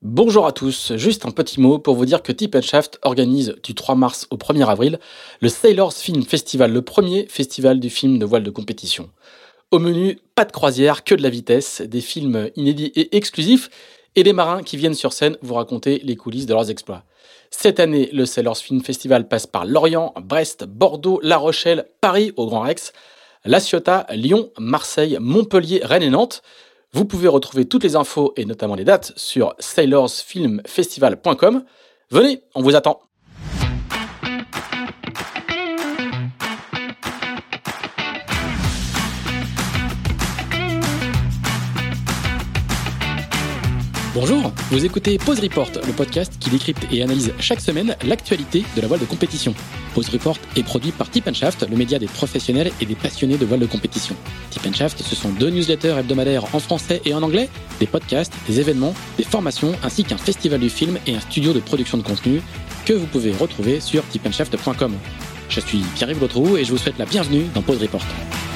Bonjour à tous, juste un petit mot pour vous dire que Tip & Shaft organise du 3 mars au 1er avril le Sailors Film Festival, le premier festival du film de voile de compétition. Au menu, pas de croisière, que de la vitesse, des films inédits et exclusifs et des marins qui viennent sur scène vous raconter les coulisses de leurs exploits. Cette année, le Sailors Film Festival passe par Lorient, Brest, Bordeaux, La Rochelle, Paris au Grand Rex, La Ciotat, Lyon, Marseille, Montpellier, Rennes et Nantes. Vous pouvez retrouver toutes les infos et notamment les dates sur sailorsfilmfestival.com. Venez, on vous attend. Bonjour, vous écoutez Pause Report, le podcast qui décrypte et analyse chaque semaine l'actualité de la voile de compétition. Pause Report est produit par Tip & Shaft, le média des professionnels et des passionnés de voile de compétition. Tip & Shaft, ce sont 2 newsletters hebdomadaires en français et en anglais, des podcasts, des événements, des formations, ainsi qu'un festival du film et un studio de production de contenu que vous pouvez retrouver sur tipandshaft.com. Je suis Pierre-Yves Lotrou et je vous souhaite la bienvenue dans Pause Report.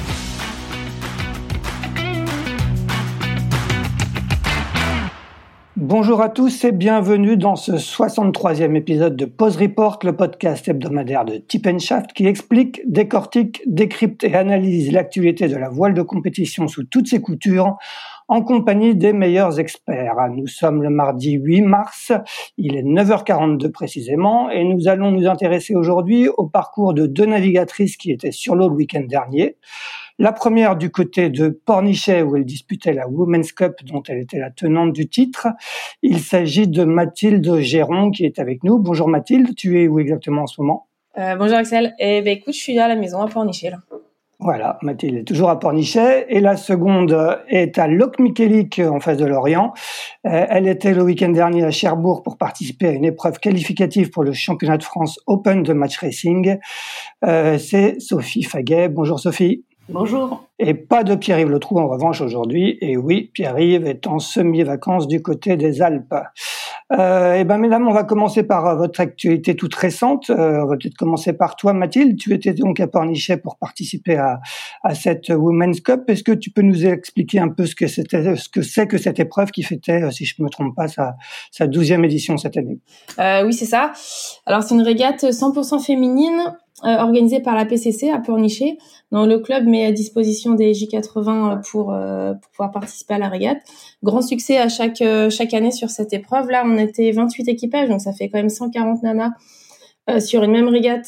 Bonjour à tous et bienvenue dans ce 63e épisode de Pause Report, le podcast hebdomadaire de Tip & Shaft qui explique, décortique, décrypte et analyse l'actualité de la voile de compétition sous toutes ses coutures en compagnie des meilleurs experts. Nous sommes le mardi 8 mars, il est 9h42 précisément et nous allons nous intéresser aujourd'hui au parcours de 2 navigatrices qui étaient sur l'eau le week-end dernier. La première du côté de Pornichet où elle disputait la Women's Cup dont elle était la tenante du titre. Il s'agit de Mathilde Géron qui est avec nous. Bonjour Mathilde, tu es où exactement en ce moment ? Bonjour Axel, écoute, je suis là à la maison à Pornichet là. Voilà, Mathilde est toujours à Pornichet et la seconde est à Locmiquélic en face de Lorient. Elle était le week-end dernier à Cherbourg pour participer à une épreuve qualificative pour le championnat de France Open de match racing. C'est Sophie Faguet. Bonjour Sophie. Bonjour. Et pas de Pierre-Yves Lotrou en revanche aujourd'hui. Et oui, Pierre-Yves est en semi-vacances du côté des Alpes. Mesdames, on va commencer par votre actualité toute récente. On va peut-être commencer par toi, Mathilde. Tu étais donc à Pornichet pour participer à cette Women's Cup. Est-ce que tu peux nous expliquer un peu ce que c'est que cette épreuve qui fêtait, si je ne me trompe pas, sa 12e édition cette année ? Oui, c'est ça. Alors, c'est une régate 100% féminine organisée par la PCC à Pornichet. Donc, le club met à disposition des J80 pour pouvoir participer à la régate. Grand succès à chaque année sur cette épreuve. Là, on était 28 équipages, donc ça fait quand même 140 nanas sur une même régate.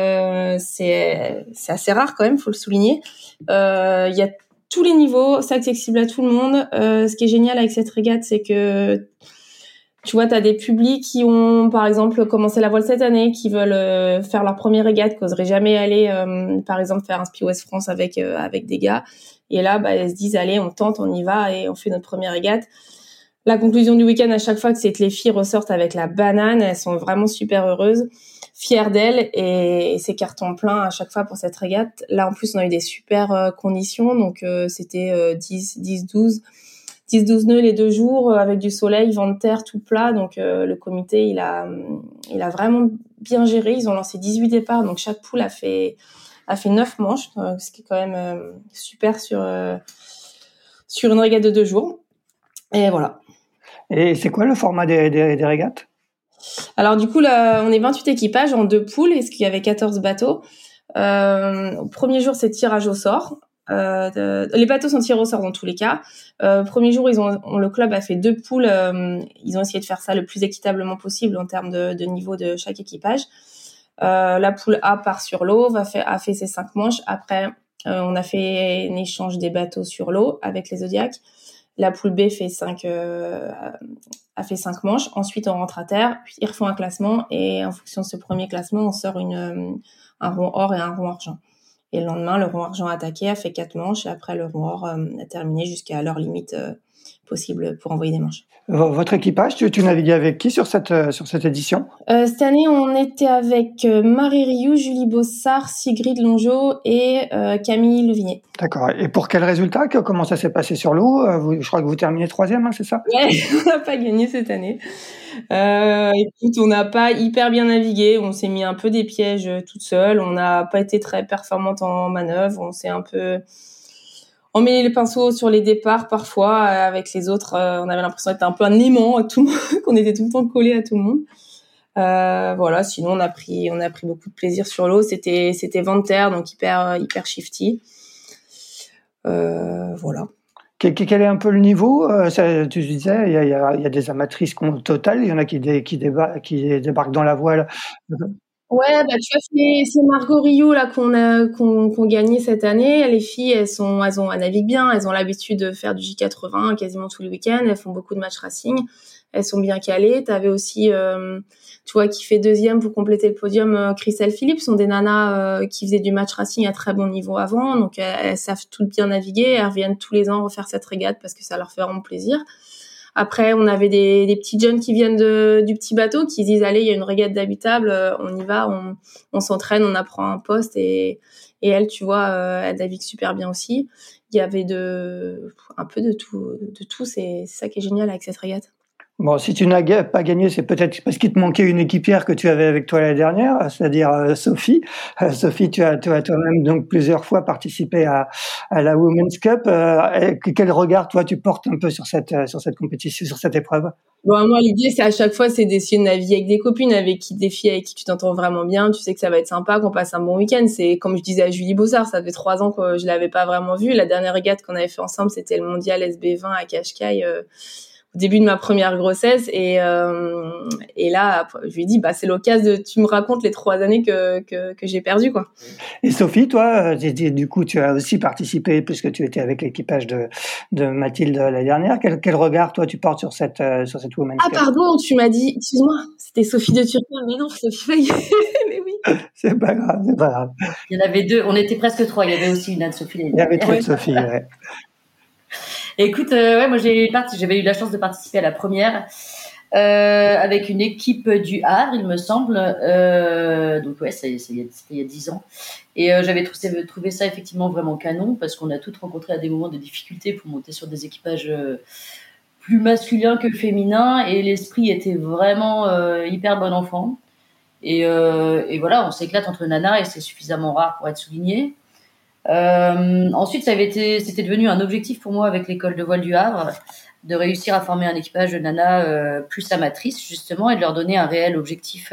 C'est assez rare quand même, faut le souligner. Il y a tous les niveaux, c'est accessible à tout le monde. Ce qui est génial avec cette régate, c'est que tu vois, t'as des publics qui ont, par exemple, commencé la voile cette année, qui veulent faire leur première régate, qui n'oseraient jamais aller, par exemple, faire un Speed West France avec des gars. Et là, elles se disent, allez, on tente, on y va et on fait notre première régate. La conclusion du week-end, à chaque fois, c'est que les filles ressortent avec la banane. Elles sont vraiment super heureuses, fières d'elles et c'est carton plein à chaque fois pour cette régate. Là, en plus, on a eu des super conditions. Donc, c'était 10-12 nœuds les 2 jours avec du soleil, vent de terre, tout plat. Donc, le comité, il a vraiment bien géré. Ils ont lancé 18 départs. Donc, chaque poule a fait 9 manches, ce qui est quand même super sur une régate de 2 jours. Et voilà. Et c'est quoi le format des régates ? Alors, du coup, là, on est 28 équipages en 2 poules, parce qu'il y avait 14 bateaux. Au premier jour, c'est tirage au sort. Les bateaux sont tirés au sort dans tous les cas. Premier jour, le club a fait 2 poules. Ils ont essayé de faire ça le plus équitablement possible en termes de niveau de chaque équipage. La poule A part sur l'eau, a fait ses 5 manches. Après, on a fait un échange des bateaux sur l'eau avec les Zodiacs. La poule B a fait 5 manches. Ensuite, on rentre à terre. Puis, ils refont un classement. Et en fonction de ce premier classement, on sort un rond or et un rond argent. Et le lendemain, le rond argent attaqué a fait 4 manches. Et après, le rond or a terminé jusqu'à l'heure limite possible pour envoyer des manches. Votre équipage, tu naviguais avec qui sur cette édition ? Cette année, on était avec Marie Rioux, Julie Bossard, Sigrid Longeau et Camille Levigné. D'accord. Et pour quel résultat ? Comment ça s'est passé sur l'eau ? Je crois que vous terminez 3e, c'est ça ? Ouais, on n'a pas gagné cette année. Écoute, on n'a pas hyper bien navigué. On s'est mis un peu des pièges toute seule. On n'a pas été très performante en manœuvre. On met les pinceaux sur les départs parfois avec les autres. On avait l'impression d'être un peu un aimant à tout le monde, qu'on était tout le temps collés à tout le monde. Voilà. Sinon, on a pris beaucoup de plaisir sur l'eau. C'était vent de terre, donc hyper shifty. Voilà. Quel est un peu le niveau? Tu disais, il y a des amatrices totales, il y en a qui débarquent dans la voile. Ouais, bah tu vois, c'est Margot Rioux là qu'on gagné cette année. Les filles, elles naviguent bien, elles ont l'habitude de faire du J80 quasiment tous les week-ends. Elles font beaucoup de match racing, elles sont bien calées. T'avais aussi, tu vois, qui fait deuxième pour compléter le podium, Christelle Philippe, sont des nanas qui faisaient du match racing à très bon niveau avant, donc elles savent toutes bien naviguer. Elles reviennent tous les ans refaire cette régate parce que ça leur fait vraiment plaisir. Après, on avait des petits jeunes qui viennent du petit bateau, qui disent allez, il y a une régate d'habitable, on y va, on s'entraîne, on apprend un poste et elle, tu vois, elle navigue super bien aussi. Il y avait un peu de tout. C'est ça qui est génial avec cette régate. Bon, si tu n'as pas gagné, c'est peut-être parce qu'il te manquait une équipière que tu avais avec toi l'année dernière, c'est-à-dire Sophie. Sophie, tu as toi-même donc plusieurs fois participé à la Women's Cup. Quel regard toi tu portes un peu sur cette compétition, sur cette épreuve? Bon, moi, l'idée, c'est à chaque fois, c'est d'essayer de naviguer avec des copines, avec des filles avec qui tu t'entends vraiment bien. Tu sais que ça va être sympa, qu'on passe un bon week-end. C'est comme je disais à Julie Bossard, ça fait 3 ans que je l'avais pas vraiment vue. La dernière régate qu'on avait fait ensemble, c'était le mondial SB20 à Cascais. Au début de ma première grossesse et là je lui dis c'est l'occasion tu me racontes les 3 années que j'ai perdues quoi. Et Sophie, toi, du coup tu as aussi participé puisque tu étais avec l'équipage de Mathilde l'année dernière. Quel regard toi tu portes sur cette Women's Cup? Pardon, tu m'as dit, excuse-moi, c'était Sophie de Turquie, mais non, Sophie Feuille. Mais oui. C'est pas grave. Il y en avait 2, on était presque 3, il y avait aussi une Anne-Sophie. Il y avait 3 Sophie, ouais. Écoute, moi j'avais eu la chance de participer à la première avec une équipe du Havre, il me semble. Donc ouais, c'était il y a 10 ans. Et j'avais trouvé ça effectivement vraiment canon parce qu'on a toutes rencontré à des moments de difficulté pour monter sur des équipages plus masculins que féminins et l'esprit était vraiment hyper bon enfant. Et voilà, on s'éclate entre nanas et c'est suffisamment rare pour être souligné. Ensuite, c'était devenu un objectif pour moi avec l'école de voile du Havre de réussir à former un équipage de nanas plus amatrices justement et de leur donner un réel objectif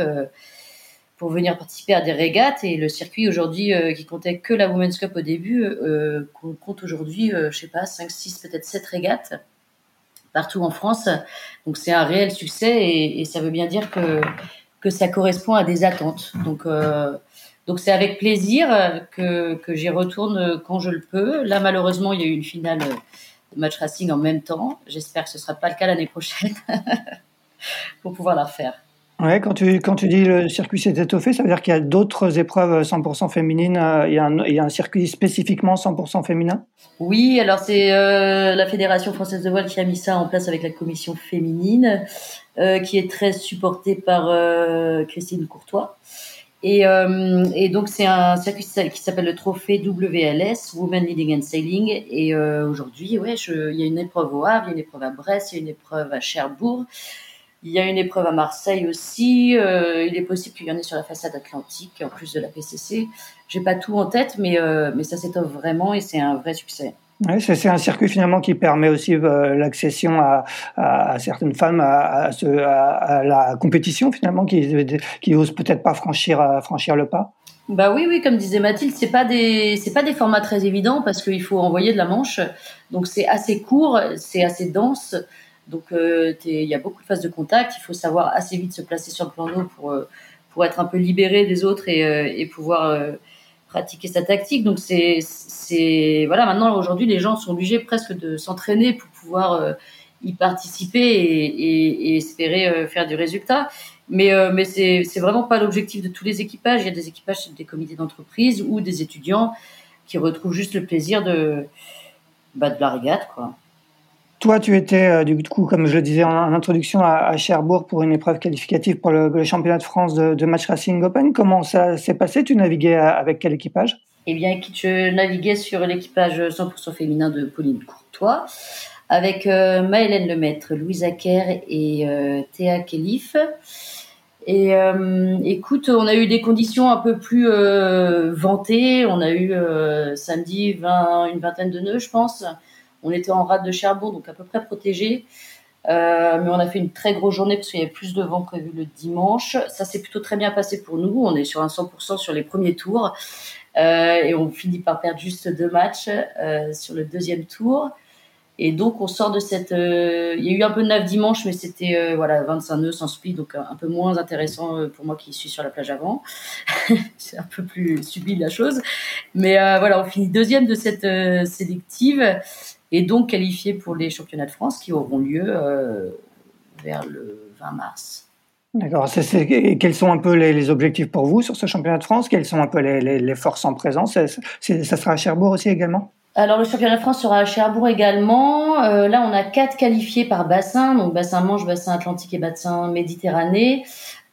pour venir participer à des régates. Et le circuit aujourd'hui qui comptait que la Women's Cup au début compte aujourd'hui, je sais pas, 5, 6, peut-être 7 régates partout en France. Donc c'est un réel succès et ça veut bien dire que ça correspond à des attentes. Donc c'est avec plaisir que j'y retourne quand je le peux. Là, malheureusement, il y a eu une finale de match racing en même temps. J'espère que ce ne sera pas le cas l'année prochaine pour pouvoir la refaire. Ouais, quand tu dis le circuit s'est étoffé, ça veut dire qu'il y a d'autres épreuves 100% féminines. Il y a un circuit spécifiquement 100% féminin? Oui, alors c'est la Fédération française de voile qui a mis ça en place avec la commission féminine, qui est très supportée par Christine Courtois. Et donc c'est un circuit qui s'appelle le trophée WLS, Women Leading and Sailing. Et aujourd'hui, il y a une épreuve au Havre, il y a une épreuve à Brest, il y a une épreuve à Cherbourg, il y a une épreuve à Marseille aussi. Il est possible qu'il y en ait sur la façade atlantique, en plus de la PCC. J'ai pas tout en tête, mais ça s'étoffe vraiment et c'est un vrai succès. Ouais, c'est un circuit finalement qui permet aussi l'accession à certaines femmes à la compétition finalement qui osent peut-être pas franchir le pas. Bah oui, comme disait Mathilde, c'est pas des formats très évidents parce qu'il faut envoyer de la manche, donc c'est assez court, c'est assez dense, donc il y a beaucoup de phases de contact, il faut savoir assez vite se placer sur le plan d'eau pour être un peu libéré des autres et pouvoir pratiquer sa tactique. Donc voilà, maintenant aujourd'hui les gens sont obligés presque de s'entraîner pour pouvoir y participer et espérer faire du résultat. Mais c'est vraiment pas l'objectif de tous les équipages. Il y a des équipages, des comités d'entreprise ou des étudiants qui retrouvent juste le plaisir de la régate, quoi. Toi, tu étais, du coup, comme je le disais en introduction, à Cherbourg pour une épreuve qualificative pour le championnat de France de match racing open. Comment ça s'est passé? Tu naviguais avec quel équipage? Eh bien, je naviguais sur l'équipage 100% féminin de Pauline Courtois, avec Maëlène Lemaître, Louise Acker et Théa Kélif. Et écoute, on a eu des conditions un peu plus ventées. On a eu samedi une vingtaine de nœuds, je pense. On était en rade de Cherbourg, donc à peu près protégé. Mais on a fait une très grosse journée parce qu'il y avait plus de vent prévu le dimanche. Ça s'est plutôt très bien passé pour nous. On est sur un 100% sur les premiers tours. Et on finit par perdre juste 2 matchs sur le deuxième tour. Et donc, on sort de cette... il y a eu un peu de neuf dimanche, mais c'était 25 nœuds sans speed, donc un peu moins intéressant pour moi qui suis sur la plage avant. C'est un peu plus subit la chose. Mais on finit deuxième de cette sélective et donc qualifié pour les championnats de France qui auront lieu vers le 20 mars. D'accord. Quels sont un peu les objectifs pour vous sur ce championnat de France? Quelles sont un peu les forces en présence? Ça sera à Cherbourg aussi également? Alors, le championnat de France sera à Cherbourg également. Là, on a 4 qualifiés par bassin, donc bassin Manche, bassin Atlantique et bassin Méditerranée.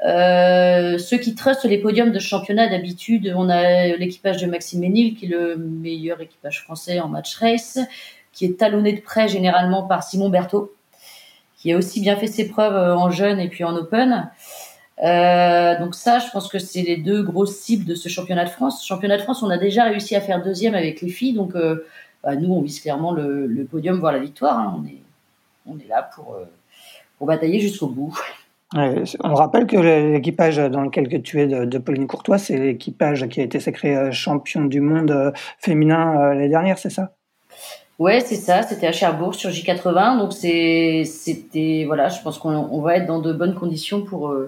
Ceux qui trustent les podiums de championnat d'habitude, on a l'équipage de Maxime Ménil, qui est le meilleur équipage français en match race, qui est talonné de près généralement par Simon Berthaud, qui a aussi bien fait ses preuves en jeune et puis en open. Donc ça, je pense que c'est les 2 grosses cibles de ce championnat de France. Championnat de France, on a déjà réussi à faire deuxième avec les filles, donc nous, on vise clairement le podium, voire la victoire. Hein. On est là pour batailler jusqu'au bout. On rappelle que l'équipage dans lequel tu es de Pauline Courtois, c'est l'équipage qui a été sacré champion du monde féminin l'année dernière, c'est ça? Ouais, c'est ça. C'était à Cherbourg sur J80, donc c'était je pense qu'on va être dans de bonnes conditions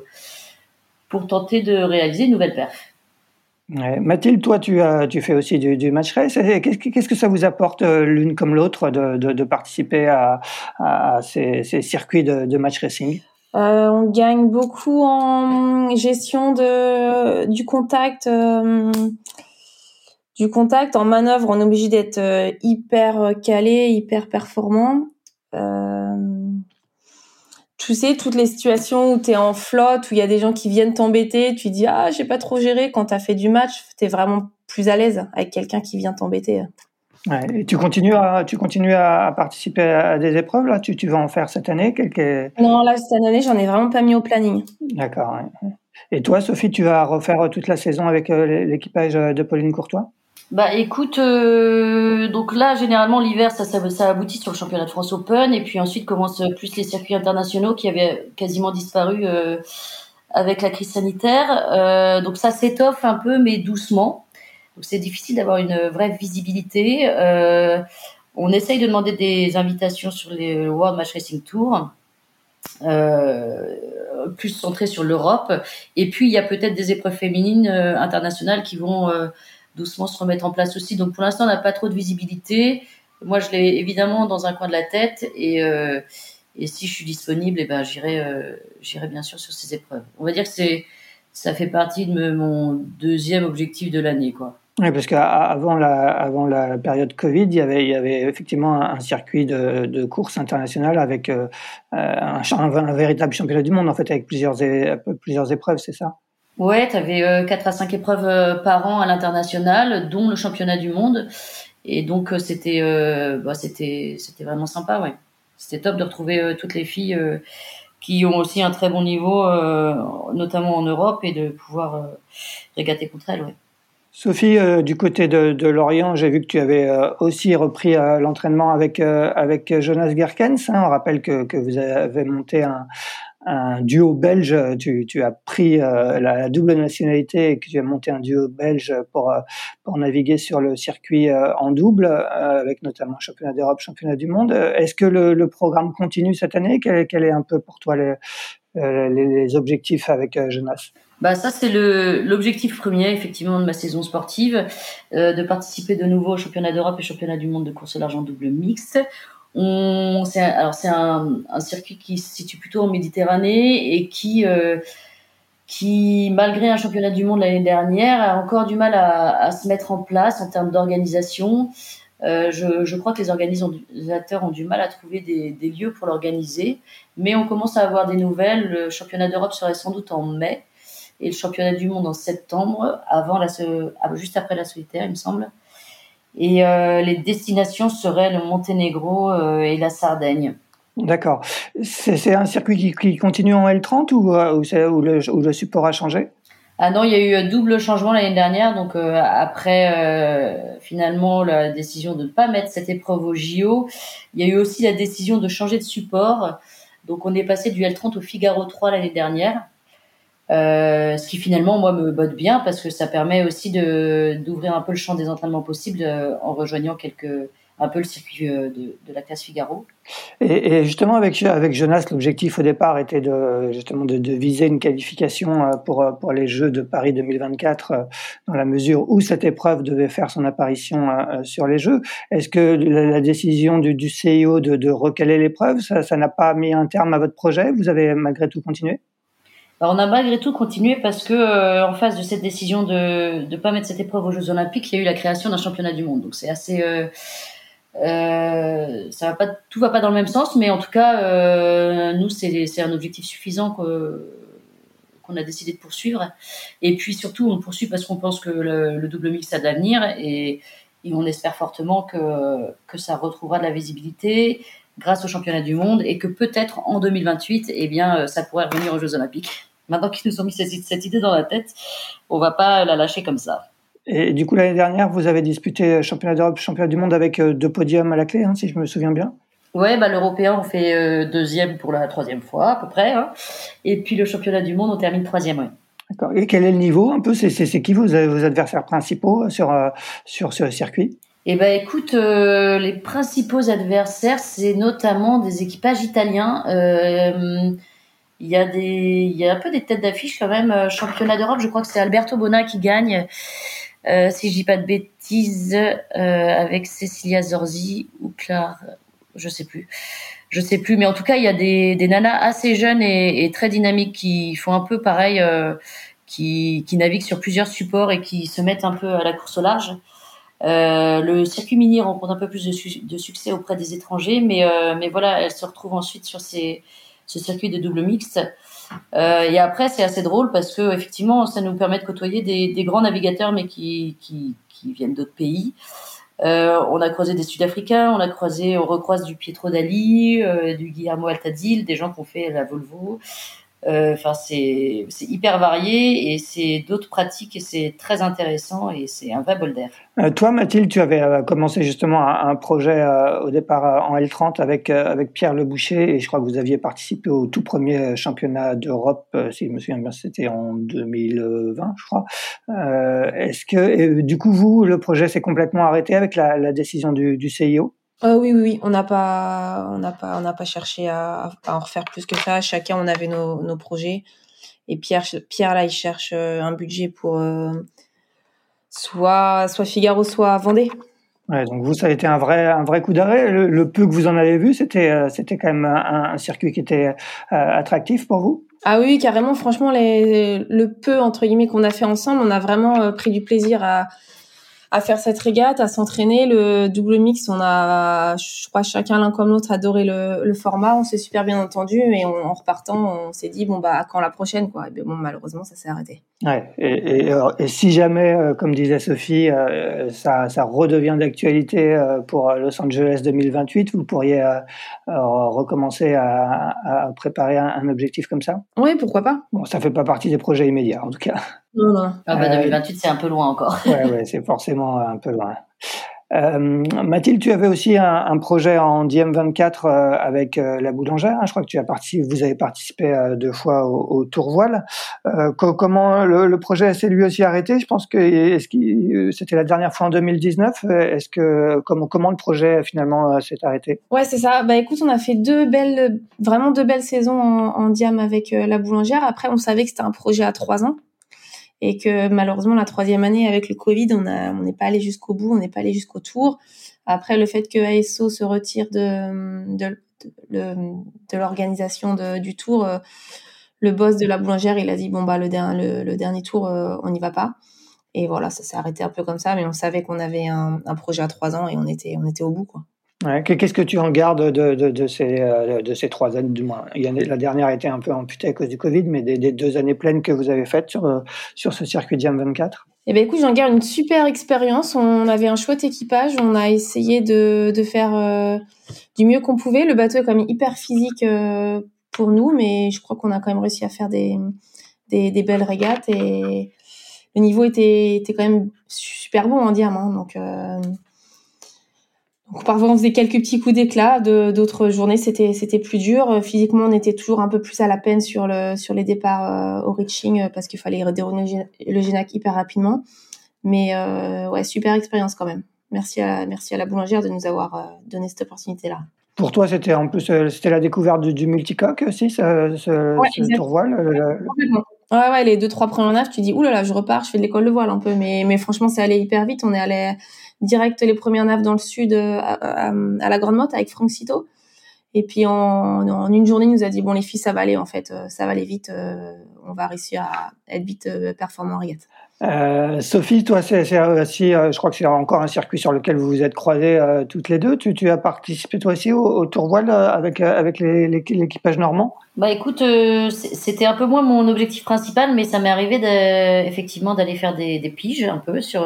pour tenter de réaliser une nouvelle perf. Ouais. Mathilde, toi, tu fais aussi du match race. Qu'est-ce que ça vous apporte l'une comme l'autre de participer à ces circuits de match racing? On gagne beaucoup en gestion du contact. En manœuvre, on est obligé d'être hyper calé, hyper performant. Tu sais, toutes les situations où t'es en flotte, où il y a des gens qui viennent t'embêter, tu dis j'ai pas trop géré. Quand t'as fait du match, t'es vraiment plus à l'aise avec quelqu'un qui vient t'embêter. Ouais, et tu continues à participer à des épreuves là. Tu vas en faire cette année Non, là cette année, j'en ai vraiment pas mis au planning. D'accord. Ouais. Et toi, Sophie, tu vas refaire toute la saison avec l'équipage de Pauline Courtois? Bah écoute, donc là généralement l'hiver ça aboutit sur le championnat de France Open et puis ensuite commencent plus les circuits internationaux qui avaient quasiment disparu avec la crise sanitaire. Donc ça s'étoffe un peu mais doucement. Donc c'est difficile d'avoir une vraie visibilité. On essaye de demander des invitations sur les World Match Racing Tour. Plus centrées sur l'Europe. Et puis il y a peut-être des épreuves féminines internationales qui vont doucement se remettre en place aussi. Donc pour l'instant, on n'a pas trop de visibilité. Moi, je l'ai évidemment dans un coin de la tête et si je suis disponible, j'irai bien sûr sur ces épreuves. On va dire que ça fait partie de mon deuxième objectif de l'année, quoi. Oui, parce qu'avant la période Covid, il y avait effectivement un circuit de course internationale avec un véritable championnat du monde en fait avec plusieurs épreuves, c'est ça? Ouais, tu avais 4 à 5 épreuves par an à l'international, dont le championnat du monde. Et donc, c'était vraiment sympa, ouais. C'était top de retrouver toutes les filles qui ont aussi un très bon niveau, notamment en Europe, et de pouvoir régater contre elles, ouais. Sophie, du côté de Lorient, j'ai vu que tu avais aussi repris l'entraînement avec Jonas Gerkens. Hein. On rappelle que vous avez monté un duo belge, tu as pris la double nationalité et que tu as monté un duo belge pour naviguer sur le circuit en double, avec notamment championnat d'Europe, championnat du monde. Est-ce que le programme continue cette année? Quel est un peu pour toi les objectifs avec Jonas? Bah ça c'est l'objectif premier effectivement de ma saison sportive, de participer de nouveau au championnat d'Europe et championnat du monde de course au large en double mixte. C'est un circuit qui se situe plutôt en Méditerranée et qui malgré un championnat du monde l'année dernière a encore du mal à se mettre en place en termes d'organisation. Je crois que les organisateurs ont du mal à trouver des lieux pour l'organiser, mais on commence à avoir des nouvelles. Le championnat d'Europe serait sans doute en mai et le championnat du monde en septembre, juste après la solitaire, il me semble. Et les destinations seraient le Monténégro et la Sardaigne. D'accord. C'est un circuit qui continue en L30 ou le support a changé? Ah non, il y a eu un double changement l'année dernière. Donc après finalement la décision de ne pas mettre cette épreuve au JO, il y a eu aussi la décision de changer de support. Donc on est passé du L30 au Figaro 3 l'année dernière. Ce qui finalement moi me botte bien parce que ça permet aussi d'ouvrir un peu le champ des entraînements possibles en rejoignant un peu le circuit de la classe Figaro. Et justement avec Jonas, l'objectif au départ était de viser une qualification pour les Jeux de Paris 2024 dans la mesure où cette épreuve devait faire son apparition sur les Jeux. Est-ce que la décision du CIO de recaler l'épreuve, ça n'a pas mis un terme à votre projet? Vous avez malgré tout continué? Alors, on a malgré tout continué parce que en face de cette décision de ne pas mettre cette épreuve aux Jeux Olympiques, il y a eu la création d'un championnat du monde. Donc c'est assez tout va pas dans le même sens, mais en tout cas nous c'est un objectif suffisant qu'on a décidé de poursuivre. Et puis surtout on poursuit parce qu'on pense que le double mix a de l'avenir et on espère fortement que ça retrouvera de la visibilité grâce au championnat du monde et que peut-être en 2028 ça pourrait revenir aux Jeux Olympiques. Maintenant qu'ils nous ont mis cette idée dans la tête, on va pas la lâcher comme ça. Et du coup, l'année dernière, vous avez disputé championnat d'Europe, championnat du monde avec 2 podiums à la clé, si je me souviens bien. Ouais, l'européen, on fait deuxième pour la 3e fois, à peu près. Hein. Et puis le championnat du monde, on termine 3e, ouais. D'accord. Et quel est le niveau un peu? C'est qui vos adversaires principaux sur ce circuit? Eh ben, écoute, les principaux adversaires, c'est notamment des équipages italiens. Il y a un peu des têtes d'affiche quand même. Championnat d'Europe, je crois que c'est Alberto Bona qui gagne, si je dis pas de bêtises, avec Cecilia Zorzi ou Claire, je sais plus. Mais en tout cas, il y a des nanas assez jeunes et très dynamiques qui font un peu pareil, qui naviguent sur plusieurs supports et qui se mettent un peu à la course au large. Le circuit mini rencontre un peu plus de succès auprès des étrangers, mais voilà, elle se retrouve ensuite sur ce circuit de double mixte. Et après, c'est assez drôle parce que effectivement, ça nous permet de côtoyer des grands navigateurs, mais qui viennent d'autres pays. On a croisé des Sud-Africains, on recroise du Pietro Dali, du Guillermo Altadil, des gens qui ont fait la Volvo. Enfin, c'est hyper varié et c'est d'autres pratiques et c'est très intéressant et c'est un vrai bol d'air. Toi, Mathilde, tu avais commencé justement un projet au départ en L30 avec Pierre Leboucher et je crois que vous aviez participé au tout premier championnat d'Europe, si je me souviens bien, c'était en 2020, je crois. Est-ce que du coup, vous, le projet s'est complètement arrêté avec la décision du CIO? Oui. On n'a pas cherché à en refaire plus que ça. Chacun, on avait nos projets. Et Pierre, là, il cherche un budget pour soit Figaro, soit Vendée. Ouais, donc vous, ça a été un vrai coup d'arrêt. Le peu que vous en avez vu, c'était quand même un circuit qui était attractif pour vous? Ah oui, carrément. Franchement, le peu, entre guillemets, qu'on a fait ensemble, on a vraiment pris du plaisir à faire cette régate, à s'entraîner. Le double mix, je crois, chacun l'un comme l'autre adoré le format. On s'est super bien entendu, mais en repartant, on s'est dit quand la prochaine, quoi. Et bien, malheureusement, ça s'est arrêté. Ouais. Et si jamais, comme disait Sophie, ça redevient d'actualité pour Los Angeles 2028, vous pourriez recommencer à préparer un objectif comme ça? Oui, pourquoi pas. Bon, ça fait pas partie des projets immédiats, en tout cas. Non. 2028, c'est un peu loin encore. Ouais, c'est forcément un peu loin. Mathilde, tu avais aussi un projet en DM24 avec la Boulangère. Je crois que vous avez participé 2 fois au Tour Voile. Comment le projet s'est lui aussi arrêté? Je pense que c'était la dernière fois en 2019. Comment le projet finalement s'est arrêté? Ouais, c'est ça. Écoute, on a fait vraiment deux belles saisons en Diam avec la Boulangère. Après, on savait que c'était un projet à 3 ans. Et que malheureusement la 3e année avec le Covid, on n'est pas allé jusqu'au bout, on n'est pas allé jusqu'au Tour. Après, le fait que ASO se retire de l'organisation du Tour, le boss de la Boulangère, il a dit le dernier Tour, on n'y va pas. Et voilà, ça s'est arrêté un peu comme ça, mais on savait qu'on avait un projet à 3 ans et on était au bout, quoi. Ouais, qu'est-ce que tu en gardes de ces 3 années, du moins? La dernière a été un peu amputée à cause du Covid, mais des 2 années pleines que vous avez faites sur ce circuit Diam 24? Eh ben écoute, j'en garde une super expérience. On avait un chouette équipage. On a essayé de faire du mieux qu'on pouvait. Le bateau est quand même hyper physique pour nous, mais je crois qu'on a quand même réussi à faire des belles régates et le niveau était quand même super bon en diamant. Donc parfois on faisait quelques petits coups d'éclat, d'autres journées c'était plus dur. Physiquement on était toujours un peu plus à la peine sur les départs au reaching parce qu'il fallait dérouler le Génac hyper rapidement. Mais ouais, super expérience quand même. Merci à la boulangère de nous avoir donné cette opportunité-là. Pour toi, c'était en plus c'était la découverte du multicoque aussi, ce tour-voile. Complètement. Ouais, les 2-3 premières naves, tu dis oulala, je repars, je fais de l'école de voile un peu, mais franchement, c'est allé hyper vite. On est allé direct les premières naves dans le sud à la Grande Motte avec Franck Citeau. Et puis en une journée, il nous a dit bon les filles, ça va aller en fait, ça va aller vite, on va réussir à être vite performant en régate. Sophie, toi, c'est aussi, je crois que c'est encore un circuit sur lequel vous vous êtes croisées toutes les deux. Tu as participé toi aussi au tour voile avec l'équipage normand? Bah écoute, c'était un peu moins mon objectif principal, mais ça m'est arrivé effectivement d'aller faire des piges un peu sur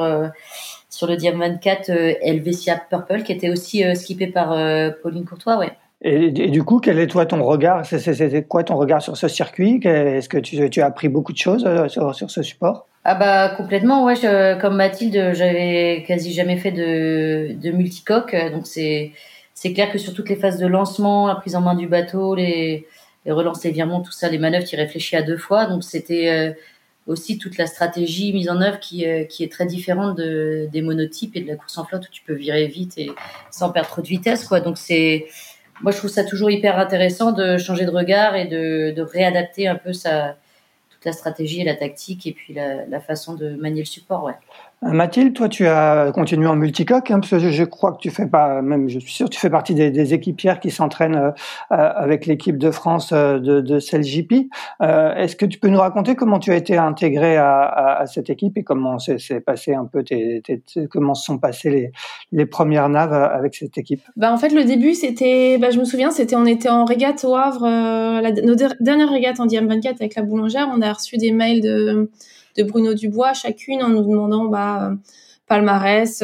le Diam 24 Helvetia Purple, qui était aussi skippé par Pauline Courtois, ouais. Et du coup, quel est toi ton regard? C'est quoi ton regard sur ce circuit? Est-ce que tu as appris beaucoup de choses sur ce support? Ah bah complètement, ouais. Comme Mathilde, j'avais quasi jamais fait de multicoque, donc c'est clair que sur toutes les phases de lancement, la prise en main du bateau, les relances, les virements, tout ça, les manœuvres, tu réfléchis à 2 fois, donc c'était aussi toute la stratégie mise en œuvre qui est très différente des monotypes et de la course en flotte où tu peux virer vite et sans perdre trop de vitesse, quoi. Donc moi je trouve ça toujours hyper intéressant de changer de regard et de réadapter un peu toute la stratégie et la tactique et puis la façon de manier le support, ouais. Mathilde, toi, tu as continué en multicoque, parce que je crois que tu fais pas, même je suis sûr, tu fais partie des équipières qui s'entraînent avec l'équipe de France de CELJP. Est-ce que tu peux nous raconter comment tu as été intégrée à cette équipe et comment s'est passé un peu comment se sont passées les premières naves avec cette équipe? En fait, le début, c'était, je me souviens, on était en régate au Havre, nos dernières régates en Diam 24 avec la boulangère. On a reçu des mails de Bruno Dubois, chacune, en nous demandant palmarès,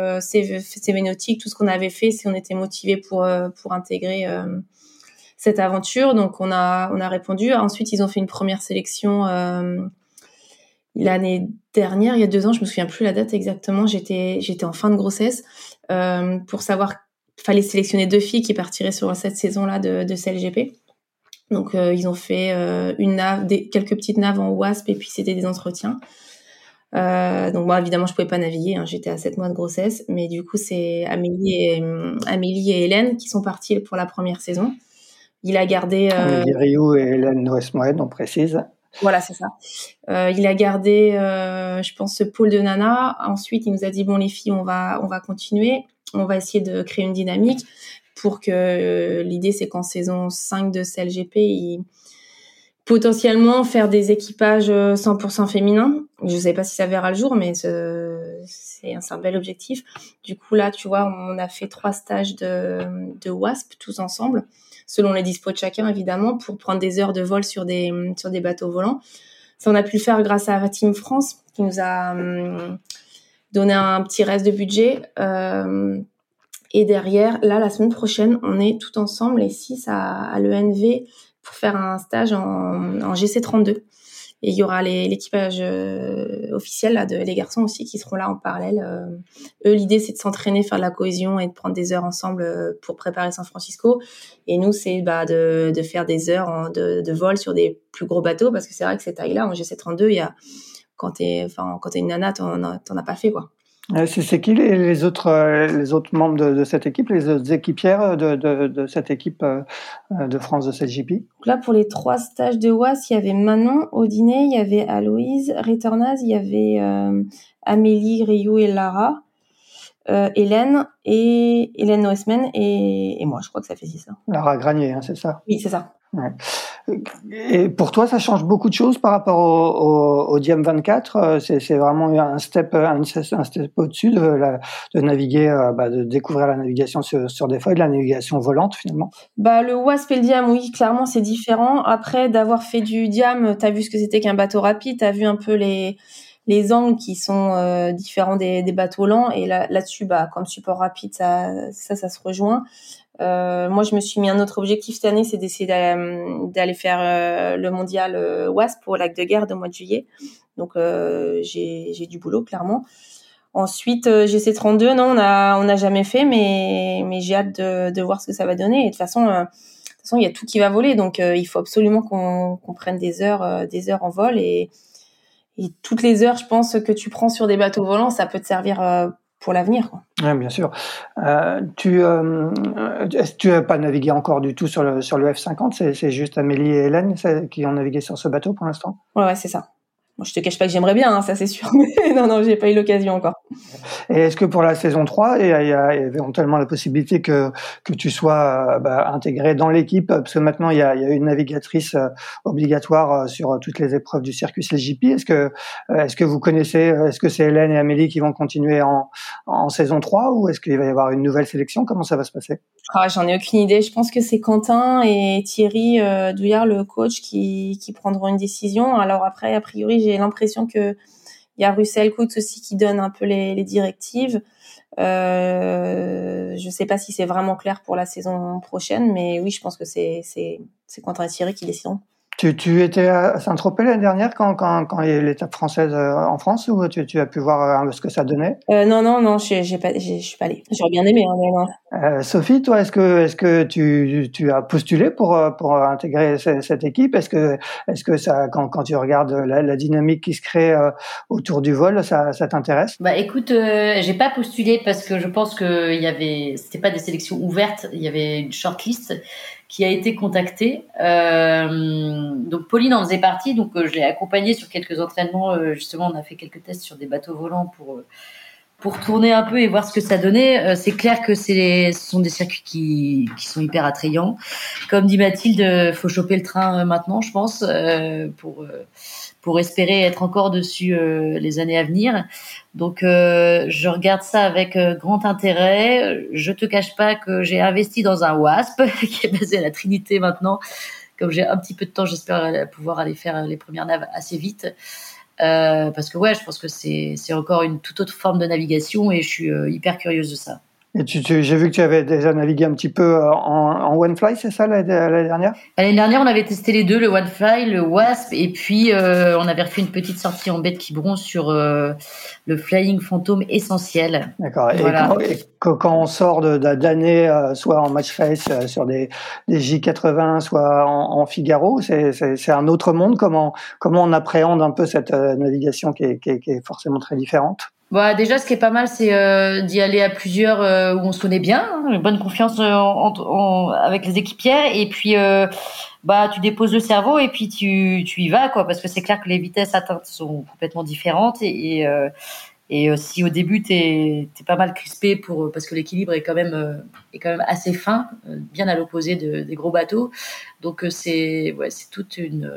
CV nautique, tout ce qu'on avait fait, si on était motivé pour intégrer cette aventure. Donc on a répondu. Ensuite, ils ont fait une première sélection l'année dernière, il y a 2 ans, je me souviens plus la date exactement. J'étais en fin de grossesse pour savoir. Fallait sélectionner 2 filles qui partiraient sur cette saison-là de CLGP. Donc ils ont fait une nave, quelques petites naves en WASP et puis c'était des entretiens. Donc moi évidemment je pouvais pas naviguer, hein, j'étais à 7 mois de grossesse, mais du coup c'est Amélie et Hélène qui sont parties pour la première saison. Il a gardé Amélie Rioux et Hélène Noël-Moed, on précise. Voilà, c'est ça. Il a gardé je pense ce pôle de nana. Ensuite il nous a dit bon les filles on va continuer, on va essayer de créer une dynamique pour que l'idée c'est qu'en saison 5 de CLGP potentiellement faire des équipages 100% féminins. Je sais pas si ça verra le jour, mais c'est un bel objectif. Du coup, là, tu vois, on a fait 3 stages de WASP tous ensemble, selon les dispos de chacun, évidemment, pour prendre des heures de vol sur des bateaux volants. Ça, on a pu le faire grâce à Team France, qui nous a donné un petit reste de budget. Et derrière, là, la semaine prochaine, on est tout ensemble, les 6 à l'ENV, pour faire un stage en GC32. Et il y aura l'équipage officiel là, les garçons aussi qui seront là en parallèle. Eux, l'idée, c'est de s'entraîner, faire de la cohésion et de prendre des heures ensemble pour préparer San Francisco. Et nous, c'est de faire des heures de vol sur des plus gros bateaux, parce que c'est vrai que cette taille-là, en GC32, quand t'es une nana, t'en as pas fait, quoi. C'est qui les autres membres de cette équipe, les autres équipières de cette équipe de France de CLJP? Donc là, pour les 3 stages de WAS, il y avait Manon au dîner, il y avait Aloïse Retornaz, il y avait Amélie, Rioux et Lara, Hélène Noesmen et moi. Je crois que ça fait 6. Lara Granier, hein, c'est ça? Oui, c'est ça. Ouais. Et pour toi, ça change beaucoup de choses par rapport au Diam 24. C'est vraiment un step au-dessus de naviguer, de découvrir la navigation sur des feuilles, de la navigation volante finalement. Le WASP et le Diam, oui, clairement c'est différent. Après, d'avoir fait du Diam, t'as vu ce que c'était qu'un bateau rapide, t'as vu un peu les les angles qui sont différents des bateaux lents. Et là-dessus, comme support rapide, ça se rejoint. Moi, je me suis mis un autre objectif cette année, c'est d'essayer d'aller faire le mondial WASP au lac de Garde au mois de juillet. Donc, j'ai du boulot, clairement. Ensuite, GC32, non, on n'a jamais fait, mais j'ai hâte de voir ce que ça va donner. Et de toute façon, il y a tout qui va voler, donc il faut absolument qu'on prenne des heures en vol. Et toutes les heures, je pense, que tu prends sur des bateaux volants, ça peut te servir pour l'avenir, quoi. Oui, bien sûr. Est-ce que tu n'as pas navigué encore du tout sur le F50? C'est juste Amélie et Hélène qui ont navigué sur ce bateau pour l'instant? Ouais, c'est ça. Moi, je te cache pas que j'aimerais bien, ça c'est sûr, mais non, j'ai pas eu l'occasion encore. Et est-ce que pour la saison 3, il y a éventuellement la possibilité que tu sois intégré dans l'équipe, parce que maintenant il y a une navigatrice obligatoire sur toutes les épreuves du circuit CLJP. Est-ce que vous connaissez, est-ce que c'est Hélène et Amélie qui vont continuer en saison 3, ou est-ce qu'il va y avoir une nouvelle sélection? Comment ça va se passer? J'en ai aucune idée. Je pense que c'est Quentin et Thierry Douillard, le coach, qui prendront une décision. Alors après, a priori, j'ai l'impression que il y a Russell Coutts aussi qui donne un peu les directives. Je sais pas si c'est vraiment clair pour la saison prochaine, mais oui, je pense que c'est Quentin et Thierry qui décideront. Tu étais à Saint-Tropez l'année dernière quand il y a eu l'étape française en France, ou tu as pu voir ce que ça donnait? Non, je suis pas allée. J'aurais bien aimé, mais non. Sophie, toi, est-ce que tu as postulé pour intégrer cette équipe? Est-ce que ça, quand tu regardes la dynamique qui se crée autour du vol, ça t'intéresse? Écoute, j'ai pas postulé parce que je pense que c'était pas des sélections ouvertes, il y avait une shortlist qui a été contactée. Donc Pauline en faisait partie, donc je l'ai accompagnée sur quelques entraînements. Justement, on a fait quelques tests sur des bateaux volants pour tourner un peu et voir ce que ça donnait. C'est clair que ce sont des circuits qui sont hyper attrayants. Comme dit Mathilde, faut choper le train maintenant, je pense, pour espérer être encore dessus les années à venir. Donc je regarde ça avec grand intérêt. Je te cache pas que j'ai investi dans un WASP qui est basé à la Trinité maintenant. Comme j'ai un petit peu de temps, j'espère pouvoir aller faire les premières naves assez vite. Parce que je pense que c'est encore une toute autre forme de navigation et je suis hyper curieuse de ça. Et j'ai vu que tu avais déjà navigué un petit peu en one fly, c'est ça, l'année dernière? L'année dernière, on avait testé les deux, le one fly, le WASP, et puis on avait refait une petite sortie en baie de Quiberon sur le Flying Phantom essentiel. D'accord. Voilà. Et quand on sort d'années, soit en match face sur des J80, soit en Figaro, c'est un autre monde. Comment on appréhende un peu cette navigation qui est forcément très différente? Déjà, ce qui est pas mal, c'est d'y aller à plusieurs où on se connaît bien, une bonne confiance avec les équipières, et puis tu déposes le cerveau et puis tu y vas, quoi, parce que c'est clair que les vitesses atteintes sont complètement différentes et si au début t'es pas mal crispé parce que l'équilibre est quand même assez fin, bien à l'opposé des gros bateaux, donc c'est toute une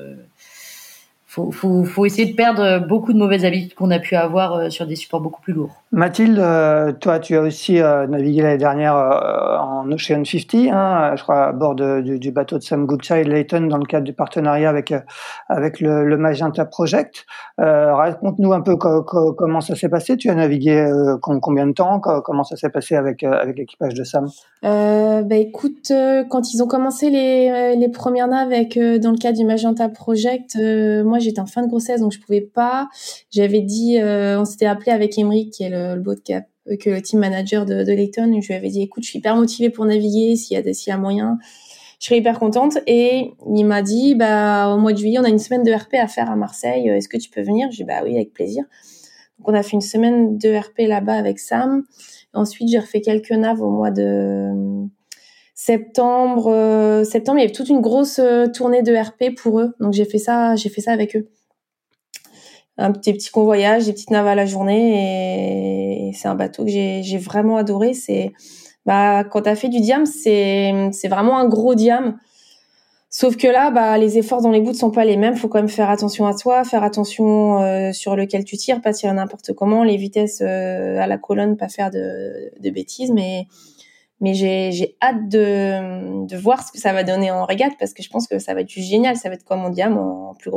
faut essayer de perdre beaucoup de mauvaises habitudes qu'on a pu avoir sur des supports beaucoup plus lourds. Mathilde, toi, tu as aussi navigué l'année dernière en Ocean 50, je crois, à bord du bateau de Sam Goodchild Layton dans le cadre du partenariat avec le Magenta Project. Raconte-nous un peu comment ça s'est passé. Tu as navigué combien de temps? Comment ça s'est passé avec l'équipage de Sam? Écoute, quand ils ont commencé les premières naves dans le cadre du Magenta Project, moi j'étais en fin de grossesse donc je pouvais pas. J'avais dit, on s'était appelé avec Émeric qui est le boat cap, que le team manager de Layton. Je lui avais dit, écoute, je suis hyper motivée pour naviguer, s'il y a moyen, je serais hyper contente. Et il m'a dit, au mois de juillet, on a une semaine de RP à faire à Marseille. Est-ce que tu peux venir? J'ai dit, oui, avec plaisir. Donc on a fait une semaine de RP là-bas avec Sam. Ensuite, j'ai refait quelques naves au mois de septembre. Il y avait toute une grosse tournée de RP pour eux. Donc j'ai fait ça avec eux. Un petit convoyage, des petites naves à la journée, et c'est un bateau que j'ai vraiment adoré. C'est quand t'as fait du diam, c'est vraiment un gros diam. Sauf que là, les efforts dans les bouts ne sont pas les mêmes. Faut quand même faire attention à toi, faire attention sur lequel tu tires, pas tirer n'importe comment, les vitesses à la colonne, pas faire de bêtises. Mais j'ai hâte de voir ce que ça va donner en régate, parce que je pense que ça va être juste génial. Ça va être comme mon diam en plus gros, quoi.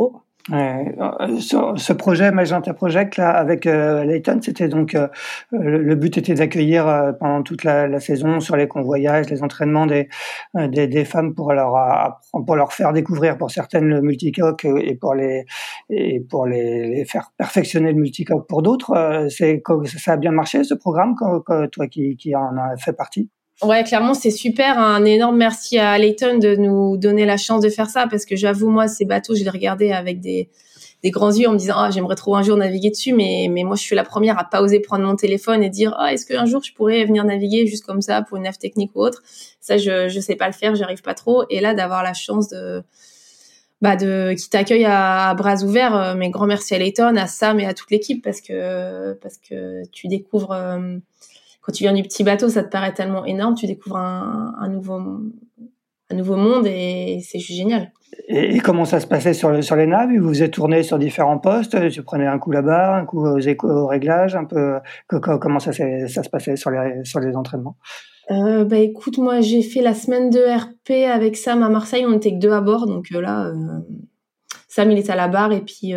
Ce projet Magenta Project là avec Layton, c'était donc le but était d'accueillir pendant toute la saison sur les convoyages, les entraînements des femmes pour leur faire découvrir pour certaines le multicoque et pour les faire perfectionner le multicoque pour d'autres. Ça a bien marché ce programme, toi qui en as fait partie. Ouais, clairement, c'est super. Un énorme merci à Layton de nous donner la chance de faire ça, parce que j'avoue, moi, ces bateaux, je les regardais avec des grands yeux en me disant, j'aimerais trop un jour naviguer dessus, mais moi, je suis la première à pas oser prendre mon téléphone et dire, est-ce qu'un jour je pourrais venir naviguer juste comme ça pour une nave technique ou autre? Ça, je sais pas le faire, j'y arrive pas trop. Et là, d'avoir la chance qui t'accueille à bras ouverts, mes grands merci à Layton, à Sam et à toute l'équipe, parce que tu découvres, quand tu viens du petit bateau, ça te paraît tellement énorme, tu découvres un nouveau monde et c'est juste génial. Et comment ça se passait sur les naves? Vous vous êtes tourné sur différents postes, tu prenais un coup là-bas, un coup au réglage, un peu, comment ça se passait sur les entraînements? Écoute, moi j'ai fait la semaine de RP avec Sam à Marseille, on était que 2 à bord, donc Sam il était à la barre et puis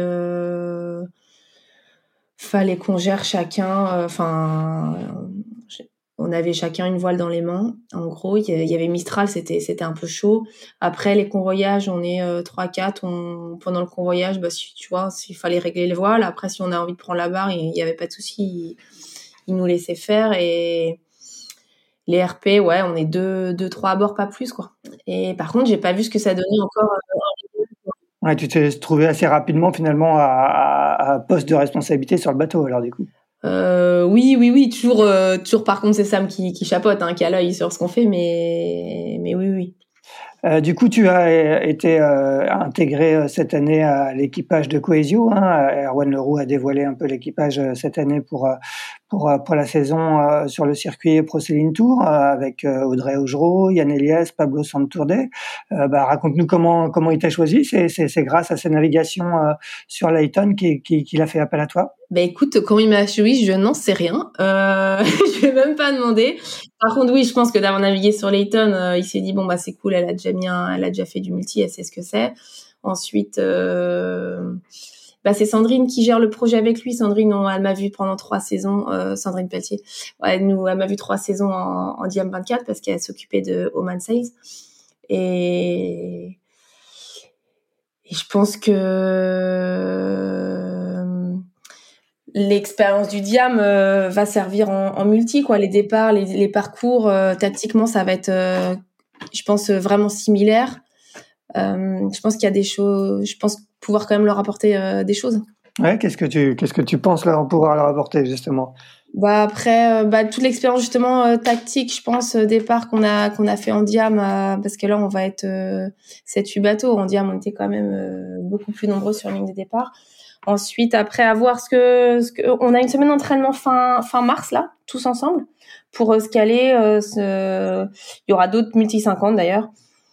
fallait qu'on gère chacun, on avait chacun une voile dans les mains. En gros, il y avait Mistral, c'était un peu chaud. Après les convoyages, on est 3-4. Pendant le convoyage, tu vois, s'il fallait régler les voiles. Après, si on a envie de prendre la barre, il y avait pas de souci. Il nous laissait faire. Et les RP, ouais, on est 2-3 à bord, pas plus, quoi. Et par contre, j'ai pas vu ce que ça donnait encore. Ouais, tu t'es trouvé assez rapidement finalement à poste de responsabilité sur le bateau, alors du coup. Oui, toujours. Par contre, c'est Sam qui chapeaute, qui a l'œil sur ce qu'on fait, mais oui. Du coup, tu as été intégré cette année à l'équipage de Coesio. Erwan Leroux a dévoilé un peu l'équipage cette année pour la saison sur le circuit Pro Sailing Tour avec Audrey Augereau, Yann Eliès, Pablo Santourdé. Raconte-nous comment il t'a choisi. C'est grâce à ses navigations sur Layton qu'il a fait appel à toi. Écoute, comment il m'a choisi, je n'en sais rien. Je vais même pas demander. Par contre, oui, je pense que d'avoir navigué sur Layton, il s'est dit c'est cool, elle a déjà fait du multi, elle sait ce que c'est. Ensuite, c'est Sandrine qui gère le projet avec lui. Sandrine, elle m'a vu pendant 3 saisons. Sandrine Pelletier, elle m'a vu 3 saisons en Diam 24 parce qu'elle s'occupait de Oman Sails. Et je pense que l'expérience du Diam va servir en multi, quoi. Les départs, les parcours, tactiquement, ça va être, je pense, vraiment similaire. Je pense qu'il y a des choses. Je pense pouvoir quand même leur apporter des choses. Ouais, qu'est-ce que tu penses pouvoir leur apporter justement? Après, toute l'expérience justement tactique, je pense, départ qu'on a fait en Diam, parce que là on va être 7-8 bateaux. En Diam, on était quand même beaucoup plus nombreux sur la ligne de départ. Ensuite, après avoir on a une semaine d'entraînement fin mars là, tous ensemble, pour se caler. Il y aura d'autres multi 50 d'ailleurs.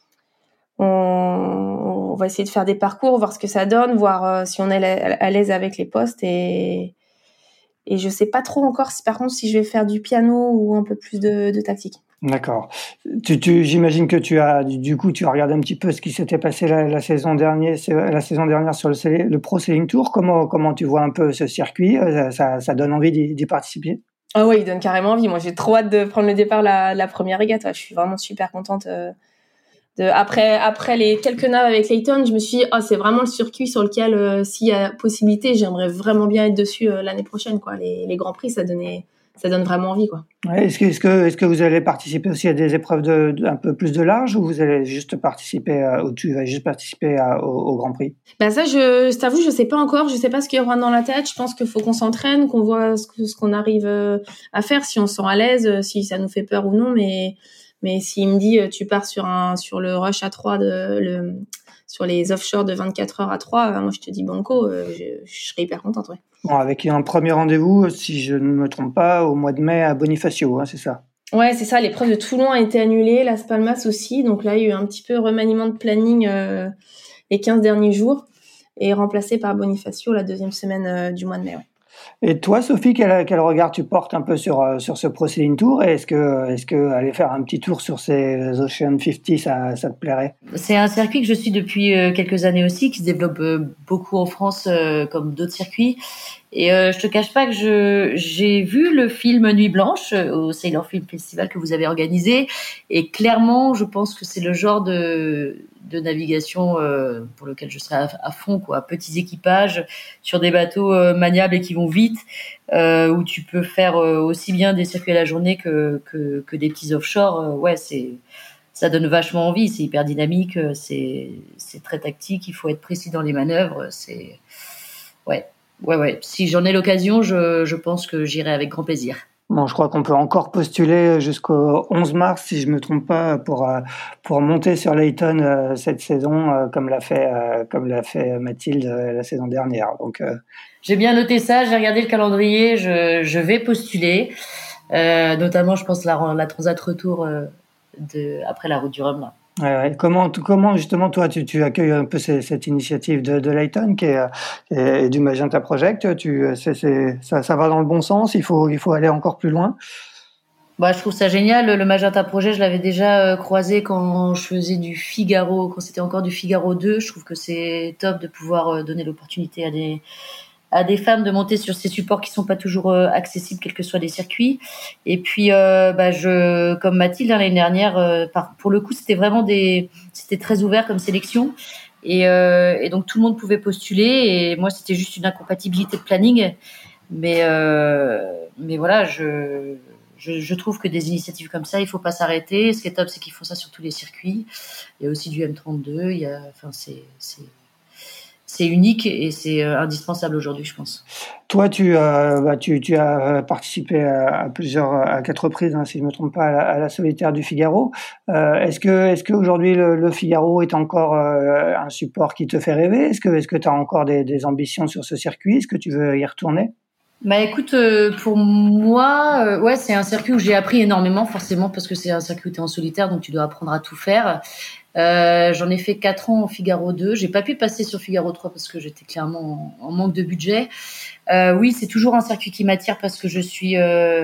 On va essayer de faire des parcours, voir ce que ça donne, voir si on est à l'aise avec les postes et je sais pas trop encore si je vais faire du piano ou un peu plus de tactique. D'accord. J'imagine que tu as regardé un petit peu ce qui s'était passé la saison dernière sur le Pro Sailing Tour. Comment tu vois un peu ce circuit? Ça donne envie d'y participer? Ah ouais, il donne carrément envie. Moi, j'ai trop hâte de prendre le départ la première régate. Ouais, je suis vraiment super contente. Après les quelques naves avec Layton, je me suis dit, c'est vraiment le circuit sur lequel, s'il y a possibilité, j'aimerais vraiment bien être dessus l'année prochaine, quoi. Les grands prix, ça donne vraiment envie, quoi. Ouais, est-ce que vous allez participer aussi à des épreuves un peu plus de large, ou vous allez juste participer ou tu vas juste participer au Grand Prix? Ça, je t'avoue, je sais pas encore. Je sais pas ce qu'il y aura dans la tête. Je pense qu'il faut qu'on s'entraîne, qu'on voit ce qu'on arrive à faire, si on se sent à l'aise, si ça nous fait peur ou non. Mais s'il me dit tu pars sur le rush à 3 sur les offshore de 24 heures à 3, moi je te dis banco, je serais hyper contente, ouais. Bon, avec un premier rendez-vous, si je ne me trompe pas, au mois de mai à Bonifacio, c'est ça? Ouais, c'est ça. L'épreuve de Toulon a été annulée, Las Palmas aussi. Donc là, il y a eu un petit peu remaniement de planning les 15 derniers jours et remplacé par Bonifacio la deuxième semaine du mois de mai. Ouais. Et toi, Sophie, quel regard tu portes un peu sur ce Pro Céline Tour? Et est-ce que aller faire un petit tour sur ces Ocean 50, ça te plairait? C'est un circuit que je suis depuis quelques années aussi, qui se développe beaucoup en France comme d'autres circuits. Et je te cache pas que j'ai vu le film Nuit Blanche au Sailor Film Festival que vous avez organisé, et clairement, je pense que c'est le genre de navigation pour lequel je serais à fond, quoi. Petits équipages sur des bateaux maniables et qui vont vite, où tu peux faire aussi bien des circuits à la journée que des petits offshore. Ouais, ça donne vachement envie. C'est hyper dynamique, c'est très tactique. Il faut être précis dans les manœuvres. Ouais. Si j'en ai l'occasion, je pense que j'irai avec grand plaisir. Bon, je crois qu'on peut encore postuler jusqu'au 11 mars, si je me trompe pas, pour monter sur Layton cette saison, comme l'a fait Mathilde la saison dernière. Donc, j'ai bien noté ça. J'ai regardé le calendrier. Je vais postuler, notamment, je pense la Transat retour après la route du Rhum, là. Ouais. Comment justement toi tu accueilles un peu cette initiative de Layton qui est du Magenta Project? Ça va dans le bon sens? Il faut aller encore plus loin? Bah, je trouve ça génial. Le Magenta Project, je l'avais déjà croisé quand je faisais du Figaro, quand c'était encore du Figaro 2. Je trouve que c'est top de pouvoir donner l'opportunité à des femmes de monter sur ces supports qui sont pas toujours accessibles, quels que soient les circuits. Et puis, comme Mathilde l'année dernière, pour le coup, c'était très ouvert comme sélection. Et donc tout le monde pouvait postuler. Et moi, c'était juste une incompatibilité de planning. Mais voilà, je trouve que des initiatives comme ça, il faut pas s'arrêter. Ce qui est top, c'est qu'ils font ça sur tous les circuits. Il y a aussi du M32. C'est unique et c'est indispensable aujourd'hui, je pense. Toi, tu as participé à 4 reprises, hein, si je me trompe pas, à la solitaire du Figaro. Est-ce que aujourd'hui le Figaro est encore un support qui te fait rêver? Est-ce que tu as encore des ambitions sur ce circuit? Est-ce que tu veux y retourner? Bah écoute, pour moi, ouais, c'est un circuit où j'ai appris énormément, forcément, parce que c'est un circuit où tu es en solitaire, donc tu dois apprendre à tout faire. J'en ai fait 4 ans au Figaro 2. J'ai pas pu passer sur Figaro 3 parce que j'étais clairement en manque de budget. Oui, c'est toujours un circuit qui m'attire parce que je suis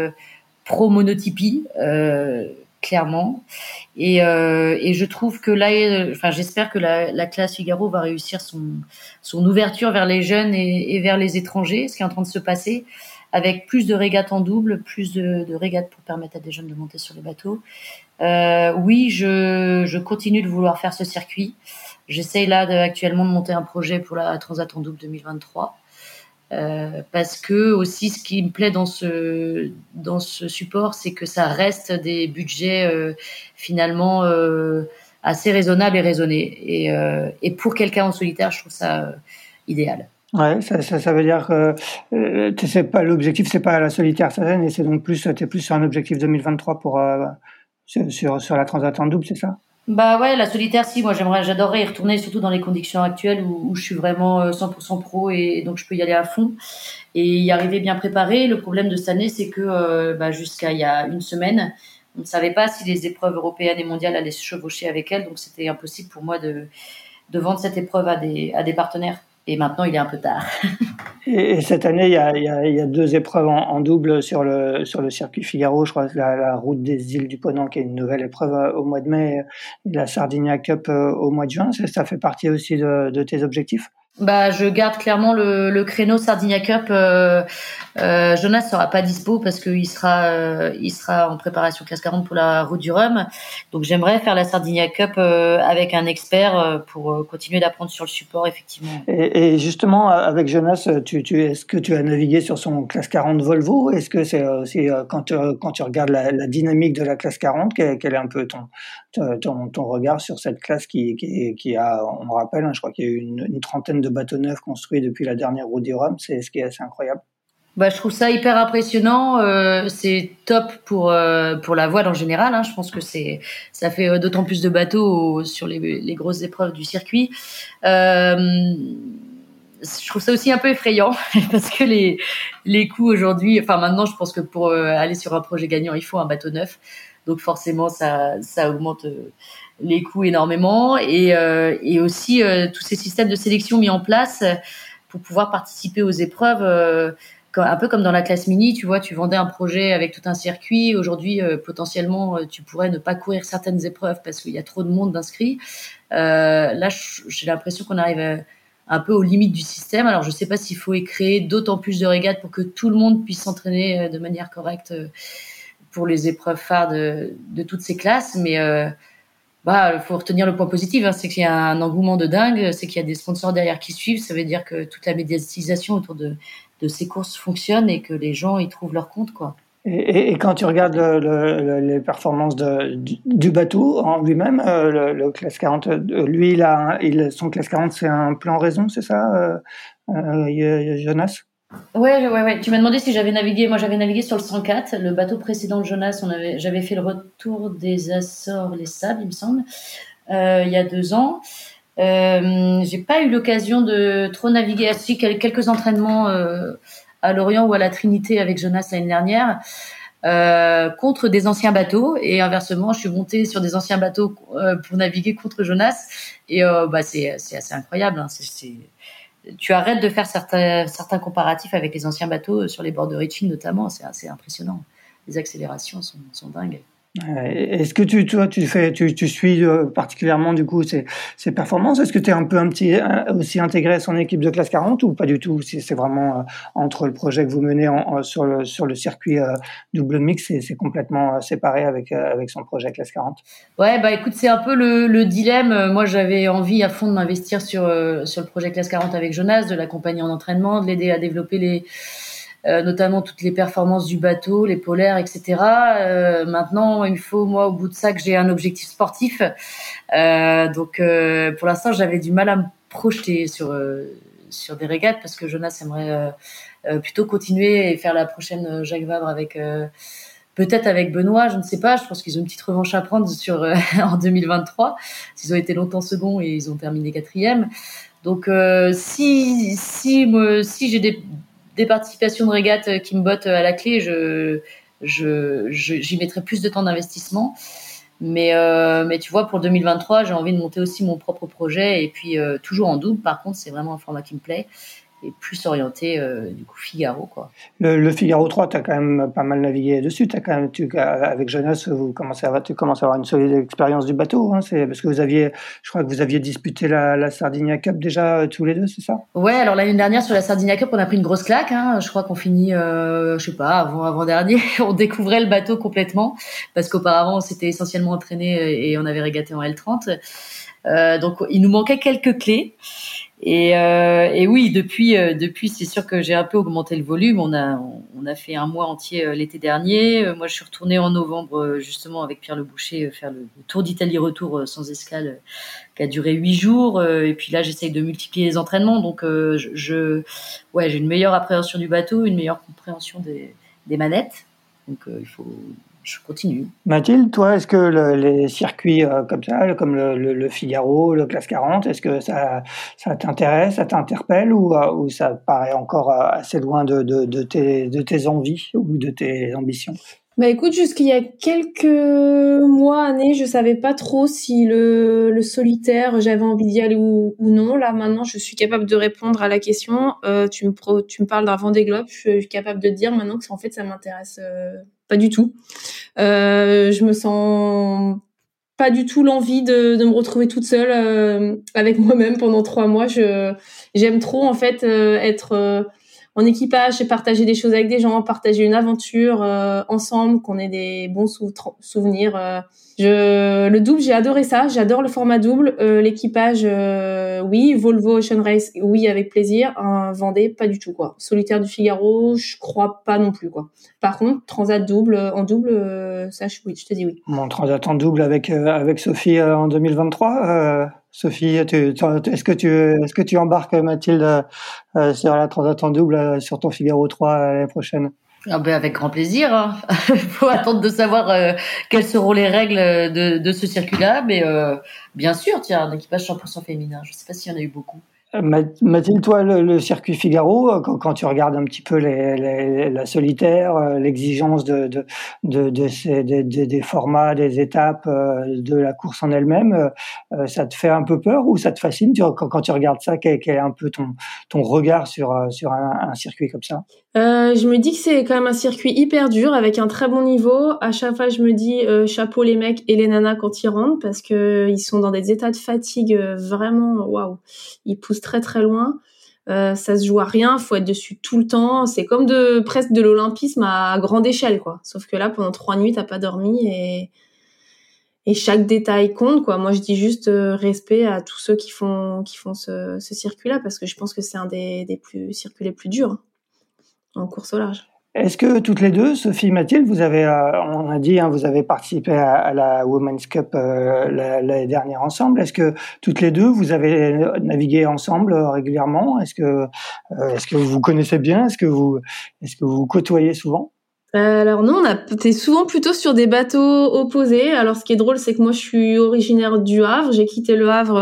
pro monotypie, clairement. Et je trouve que là, j'espère que la classe Figaro va réussir son ouverture vers les jeunes et vers les étrangers, ce qui est en train de se passer, avec plus de régates en double, plus de régates pour permettre à des jeunes de monter sur les bateaux. Oui, je continue de vouloir faire ce circuit. J'essaye là actuellement de monter un projet pour la Transat en double 2023. Parce que aussi ce qui me plaît dans ce support, c'est que ça reste des budgets finalement assez raisonnables et raisonnés. Et pour quelqu'un en solitaire, je trouve ça idéal. Ouais, ça veut dire que c'est pas l'objectif, c'est pas la solitaire cette année, c'est donc t'es plus sur un objectif 2023 pour sur la Transat en double, c'est ça? Bah ouais, la solitaire, si, moi j'adorerais y retourner, surtout dans les conditions actuelles où je suis vraiment 100% pro et donc je peux y aller à fond et y arriver bien préparé. Le problème de cette année, c'est que jusqu'à il y a une semaine, on ne savait pas si les épreuves européennes et mondiales allaient se chevaucher avec elles, donc c'était impossible pour moi de vendre cette épreuve à des partenaires. Et maintenant, il est un peu tard. Et cette année, il y a 2 épreuves en double sur le circuit Figaro. Je crois que la route des îles du Ponant, qui est une nouvelle épreuve au mois de mai, et la Sardinia Cup au mois de juin. Ça fait partie aussi de tes objectifs? Bah, je garde clairement le créneau Sardinia Cup. Jonas sera pas dispo parce qu'il sera en préparation classe 40 pour la route du Rhum. Donc j'aimerais faire la Sardinia Cup avec un expert pour continuer d'apprendre sur le support, effectivement. Et justement, avec Jonas, est-ce que tu as navigué sur son classe 40 Volvo? Est-ce que c'est aussi quand tu regardes la dynamique de la classe 40, quel est un peu ton regard sur cette classe qui a, on rappelle, hein, je crois qu'il y a eu une trentaine de bateaux neufs construits depuis la dernière route du Rhum, c'est ce qui est assez incroyable. Bah, je trouve ça hyper impressionnant. C'est top pour la voile en général. Hein. Je pense que ça fait d'autant plus de bateaux sur les grosses épreuves du circuit. Je trouve ça aussi un peu effrayant parce que les coûts aujourd'hui, enfin maintenant, je pense que pour aller sur un projet gagnant, il faut un bateau neuf. Donc forcément, ça augmente les coûts énormément et aussi tous ces systèmes de sélection mis en place pour pouvoir participer aux épreuves. un peu comme dans la classe mini, tu vois, tu vendais un projet avec tout un circuit. Aujourd'hui, potentiellement, tu pourrais ne pas courir certaines épreuves parce qu'il y a trop de monde d'inscrits. Là, j'ai l'impression qu'on arrive un peu aux limites du système. Alors, je sais pas s'il faut créer d'autant plus de régates pour que tout le monde puisse s'entraîner de manière correcte pour les épreuves phares de toutes ces classes, mais faut retenir le point positif, c'est qu'il y a un engouement de dingue, c'est qu'il y a des sponsors derrière qui suivent. Ça veut dire que toute la médiatisation autour de ces courses fonctionne et que les gens y trouvent leur compte, quoi. Et quand tu regardes les performances du bateau en lui-même, le classe 40, lui, son classe 40, c'est un plan raison, c'est ça, Jonas? Ouais. Tu m'as demandé si j'avais navigué. Moi, j'avais navigué sur le 104, le bateau précédent de Jonas. J'avais fait le retour des Açores, les Sables, il me semble, il y a 2 ans. J'ai pas eu l'occasion de trop naviguer. Ainsi quelques entraînements à Lorient ou à la Trinité avec Jonas l'année dernière contre des anciens bateaux, et inversement, je suis montée sur des anciens bateaux pour naviguer contre Jonas. Et c'est assez incroyable. Tu arrêtes de faire certains comparatifs avec les anciens bateaux sur les bords de Reaching notamment. C'est assez impressionnant. Les accélérations sont dingues. Est-ce que tu suis particulièrement du coup ces performances? Est-ce que tu es un peu aussi intégré à son équipe de classe 40 ou pas du tout? C'est vraiment entre le projet que vous menez sur le circuit double mix, c'est complètement séparé avec son projet classe 40? Ouais, écoute, c'est un peu le dilemme. Moi, j'avais envie à fond de m'investir sur le projet classe 40 avec Jonas, de l'accompagner en entraînement, de l'aider à développer notamment toutes les performances du bateau, les polaires, etc. Maintenant, il faut, moi, au bout de ça, que j'ai un objectif sportif. Donc, pour l'instant, j'avais du mal à me projeter sur des régates parce que Jonas aimerait plutôt continuer et faire la prochaine Jacques Vabre avec peut-être avec Benoît, je ne sais pas. Je pense qu'ils ont une petite revanche à prendre en 2023. Ils ont été longtemps seconds et ils ont terminé 4e. Donc, si j'ai des participations de régates qui me bottent à la clé, j'y mettrai plus de temps d'investissement. Mais tu vois, pour 2023, j'ai envie de monter aussi mon propre projet, et puis toujours en double. Par contre, c'est vraiment un format qui me plaît, et plus orienté du coup Figaro, quoi. Le Figaro 3, tu as quand même pas mal navigué dessus. Avec Jonas, tu commences à avoir une solide expérience du bateau, parce que je crois que vous aviez disputé la Sardinia Cup déjà tous les deux, c'est ça? Ouais, alors l'année dernière sur la Sardinia Cup, on a pris une grosse claque. Je crois qu'on finit, je sais pas, avant dernier, on découvrait le bateau complètement parce qu'auparavant on s'était essentiellement entraîné et on avait régaté en L30. Donc il nous manquait quelques clés. Et oui, depuis, c'est sûr que j'ai un peu augmenté le volume. On a fait un mois entier l'été dernier. Moi, je suis retournée en novembre justement avec Pierre Le Boucher faire le Tour d'Italie retour sans escale qui a duré 8 jours. Et puis là, j'essaye de multiplier les entraînements. Donc, j'ai une meilleure appréhension du bateau, une meilleure compréhension des manettes. Donc, je continue. Mathilde, toi, est-ce que les circuits comme ça, comme le Figaro, le classe 40, est-ce que ça t'intéresse, ça t'interpelle ou ça paraît encore assez loin de tes envies ou de tes ambitions? Écoute, jusqu'il y a quelques mois, années, je savais pas trop si le solitaire, j'avais envie d'y aller ou non. Là, maintenant, je suis capable de répondre à la question. Tu me parles d'un Vendée Globe, je suis capable de te dire maintenant que en fait, ça m'intéresse pas du tout. Je me sens pas du tout l'envie de me retrouver toute seule avec moi-même pendant 3 mois. J'aime trop en fait être en équipage et partager des choses avec des gens, partager une aventure ensemble, qu'on ait des bons souvenirs. Le double, j'ai adoré ça. J'adore le format double. L'équipage, oui. Volvo Ocean Race, oui, avec plaisir. Un Vendée, pas du tout, quoi. Solitaire du Figaro, je crois pas non plus, quoi. Par contre, Transat double, en double, ça, oui, je te dis oui. Mon Transat en double avec Sophie en 2023. Sophie, est-ce que tu embarques Mathilde sur la Transat en double sur ton Figaro 3 l'année prochaine? Avec grand plaisir. Faut attendre de savoir quelles seront les règles de ce circuit-là, mais bien sûr, tiens, un équipage 100% féminin. Je sais pas s'il y en a eu beaucoup. Mathilde, toi, le circuit Figaro, quand tu regardes un petit peu la solitaire, l'exigence des formats, des étapes, de la course en elle-même, ça te fait un peu peur ou ça te fascine quand tu regardes ça, quel est un peu ton regard sur un circuit comme ça? Je me dis que c'est quand même un circuit hyper dur avec un très bon niveau. À chaque fois, je me dis chapeau les mecs et les nanas quand ils rentrent parce que ils sont dans des états de fatigue vraiment waouh. Ils poussent très très loin. Ça se joue à rien, faut être dessus tout le temps. C'est comme presque de l'olympisme à grande échelle quoi. Sauf que là, pendant 3 nuits, t'as pas dormi et chaque détail compte quoi. Moi, je dis juste respect à tous ceux qui font ce circuit-là parce que je pense que c'est un des circuits les plus durs en course au large. Est-ce que toutes les deux, Sophie, Mathilde, vous avez, on a dit, vous avez participé à la Women's Cup l'année dernière ensemble. Est-ce que toutes les deux, vous avez navigué ensemble régulièrement? Est-ce que vous vous connaissez bien? Est-ce que vous côtoyez souvent? Alors non, t'es souvent plutôt sur des bateaux opposés. Alors ce qui est drôle, c'est que moi je suis originaire du Havre. J'ai quitté le Havre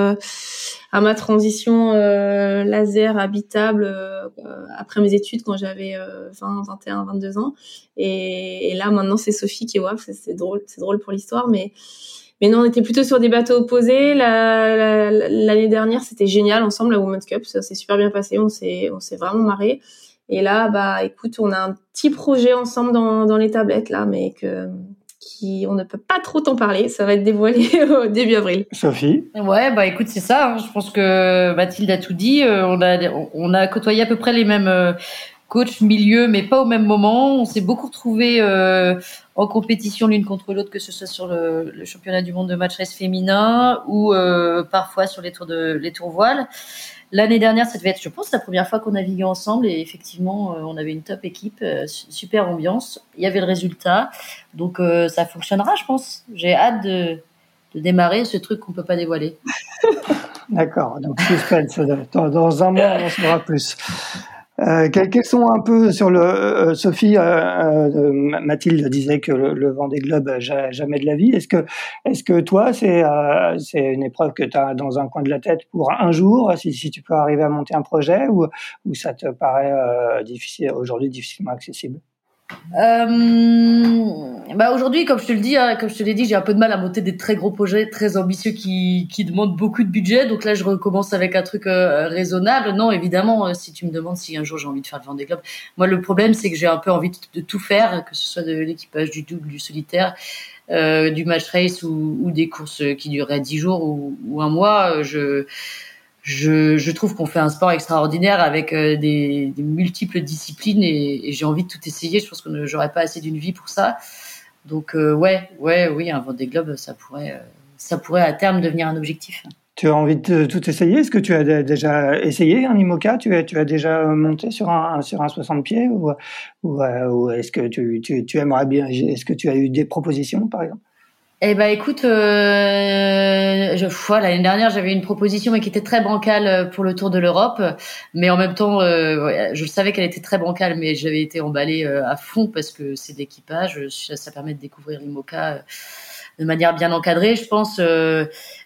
à ma transition laser habitable après mes études quand j'avais 20, 21, 22 ans. Et là maintenant c'est Sophie qui est au Havre. C'est drôle pour l'histoire, mais non, on était plutôt sur des bateaux opposés. L'année dernière, c'était génial ensemble la Women's Cup. Ça s'est super bien passé. On s'est vraiment marré. Et là, bah, écoute, on a un petit projet ensemble dans les tablettes là, mais on ne peut pas trop t'en parler. Ça va être dévoilé au début avril. Sophie? Ouais, bah écoute, c'est ça. Je pense que Mathilde a tout dit. On a côtoyé à peu près les mêmes coachs, milieux, mais pas au même moment. On s'est beaucoup retrouvés en compétition l'une contre l'autre, que ce soit sur le championnat du monde de match race féminin ou parfois sur les tours voiles. L'année dernière, ça devait être, je pense, la première fois qu'on naviguait ensemble et effectivement, on avait une top équipe, super ambiance. Il y avait le résultat, donc ça fonctionnera, je pense. J'ai hâte de démarrer ce truc qu'on peut pas dévoiler. D'accord, donc suspense. Dans un mois, on en saura plus. Quels sont un peu sur Sophie, Mathilde disait que le Vendée Globe, jamais de la vie. Est-ce que toi, c'est une épreuve que tu as dans un coin de la tête pour un jour, si tu peux arriver à monter un projet, ou ça te paraît aujourd'hui difficilement accessible? Bah aujourd'hui, comme je te l'ai dit, j'ai un peu de mal à monter des très gros projets, très ambitieux qui demandent beaucoup de budget. Donc là, je recommence avec un truc raisonnable. Non, évidemment, si tu me demandes si un jour j'ai envie de faire le Vendée Globe, moi le problème c'est que j'ai un peu envie de tout faire, que ce soit de l'équipage, du double, du solitaire, du match race ou des courses qui dureraient 10 jours ou un mois. Je trouve qu'on fait un sport extraordinaire avec des multiples disciplines et j'ai envie de tout essayer. Je pense que j'aurais pas assez d'une vie pour ça. Donc oui, un Vendée Globe, ça pourrait à terme devenir un objectif. Tu as envie de tout essayer? Est-ce que tu as déjà essayé un IMOCA? Tu as déjà monté sur un 60 pieds ou est-ce que tu aimerais bien? Est-ce que tu as eu des propositions, par exemple? Eh ben écoute, l'année dernière j'avais une proposition mais qui était très bancale pour le Tour de l'Europe, mais en même temps je savais qu'elle était très bancale, mais j'avais été emballée à fond parce que c'est d'équipage, ça permet de découvrir l'IMOCA de manière bien encadrée, je pense. Alors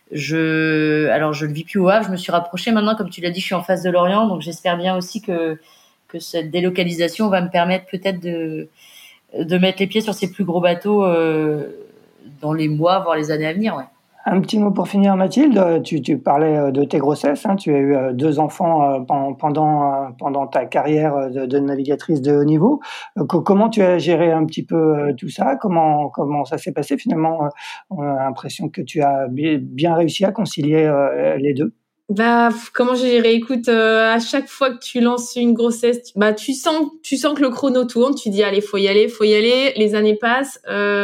je le vis plus au Havre, je me suis rapprochée maintenant, comme tu l'as dit, je suis en face de Lorient, donc j'espère bien aussi que cette délocalisation va me permettre peut-être de mettre les pieds sur ces plus gros bateaux dans les mois, voire les années à venir, ouais. Un petit mot pour finir, Mathilde. Tu parlais de tes grossesses. Tu as eu 2 enfants pendant ta carrière de navigatrice de haut niveau. Comment tu as géré un petit peu tout ça? Comment ça s'est passé finalement? On a l'impression que tu as bien réussi à concilier les deux. Bah, comment j'ai géré? Écoute, à chaque fois que tu lances une grossesse, tu sens que le chrono tourne. Tu dis allez, faut y aller. Les années passent.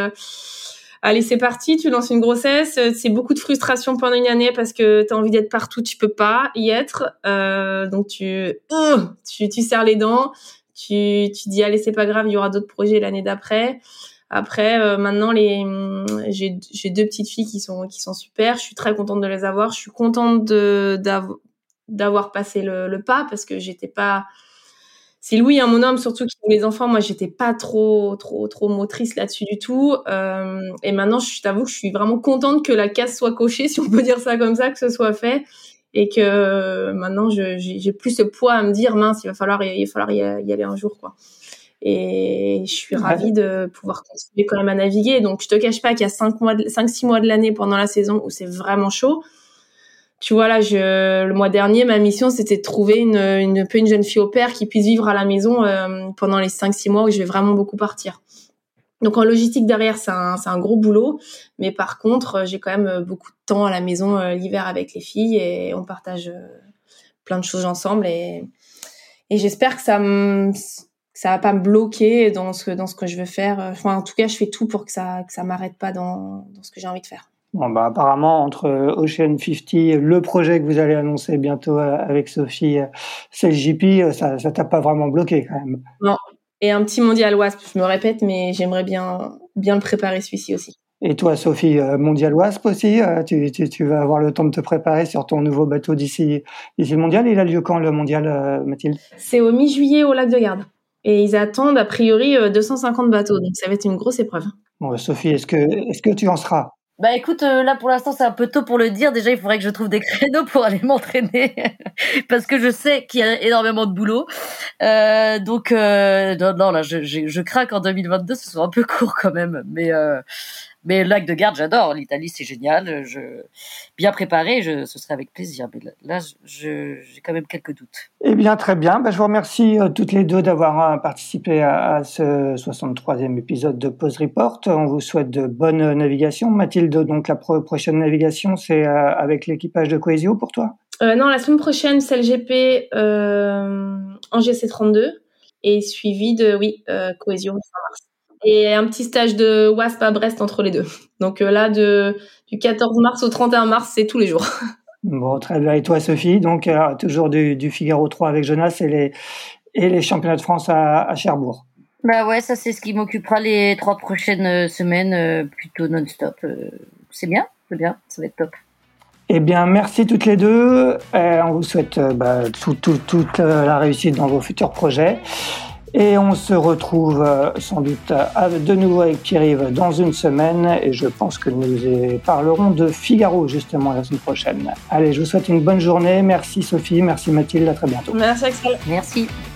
Allez, c'est parti, tu lances une grossesse, c'est beaucoup de frustration pendant une année parce que t'as envie d'être partout, tu peux pas y être, donc tu serres les dents, tu dis allez, c'est pas grave, il y aura d'autres projets l'année d'après. Après, maintenant j'ai 2 petites filles qui sont super, je suis très contente de les avoir, je suis contente d'avoir passé le pas parce que j'étais pas. C'est Louis, mon homme, surtout qui a les enfants. Moi, j'étais pas trop motrice là-dessus du tout. Et maintenant, je t'avoue que je suis vraiment contente que la case soit cochée, si on peut dire ça comme ça, que ce soit fait. et que maintenant j'ai plus ce poids à me dire mince, il va falloir y aller un jour, quoi. Et je suis ravie de pouvoir continuer quand même à naviguer. Donc je te cache pas qu'il y a 5-6 mois de l'année pendant la saison où c'est vraiment chaud. Tu vois, là, le mois dernier, ma mission, c'était de trouver une jeune fille au pair qui puisse vivre à la maison pendant les 5-6 mois où je vais vraiment beaucoup partir. Donc en logistique derrière, c'est un gros boulot, mais par contre, j'ai quand même beaucoup de temps à la maison l'hiver avec les filles et on partage plein de choses ensemble et j'espère que ça va pas me bloquer dans ce que je veux faire. Enfin, en tout cas, je fais tout pour que ça m'arrête pas dans ce que j'ai envie de faire. Bon, bah, apparemment, entre Ocean 50, le projet que vous allez annoncer bientôt avec Sophie, SailGP, ça t'a pas vraiment bloqué quand même. Non. Et un petit mondial WASP, je me répète, mais j'aimerais bien le préparer celui-ci aussi. Et toi, Sophie, mondial WASP aussi, tu vas avoir le temps de te préparer sur ton nouveau bateau d'ici le mondial. Il a lieu quand, le mondial, Mathilde? C'est au mi-juillet au lac de Garde. Et ils attendent, a priori, 250 bateaux. Donc, ça va être une grosse épreuve. Bon, Sophie, est-ce que tu en seras? Bah écoute, là pour l'instant c'est un peu tôt pour le dire. Déjà il faudrait que je trouve des créneaux pour aller m'entraîner parce que je sais qu'il y a énormément de boulot. Donc non là je crains qu'en 2022 ce soit un peu court quand même. Mais le lac de Garde j'adore. L'Italie c'est génial. Bien préparé, ce serait avec plaisir. Mais là j'ai quand même quelques doutes. Eh bien très bien. Je vous remercie toutes les deux d'avoir participé à ce 63e épisode de Pause Report. On vous souhaite de bonnes navigations. Mathilde, donc la prochaine navigation c'est avec l'équipage de Coesio pour toi? Non, la semaine prochaine c'est le GP en GC32 et suivi de Coesio fin mars. Et un petit stage de WASP à Brest entre les deux. Donc là, du 14 mars au 31 mars, c'est tous les jours. Bon, très bien. Et toi, Sophie, donc toujours du Figaro 3 avec Jonas et les championnats de France à Cherbourg. Bah ouais, ça c'est ce qui m'occupera les 3 prochaines semaines, plutôt non-stop. C'est bien, ça va être top. Eh bien, merci toutes les deux. On vous souhaite toute la réussite dans vos futurs projets. Et on se retrouve sans doute de nouveau avec Pierre-Yves dans une semaine. Et je pense que nous parlerons de Figaro justement la semaine prochaine. Allez, je vous souhaite une bonne journée. Merci Sophie, merci Mathilde, à très bientôt. Merci Axel. Merci.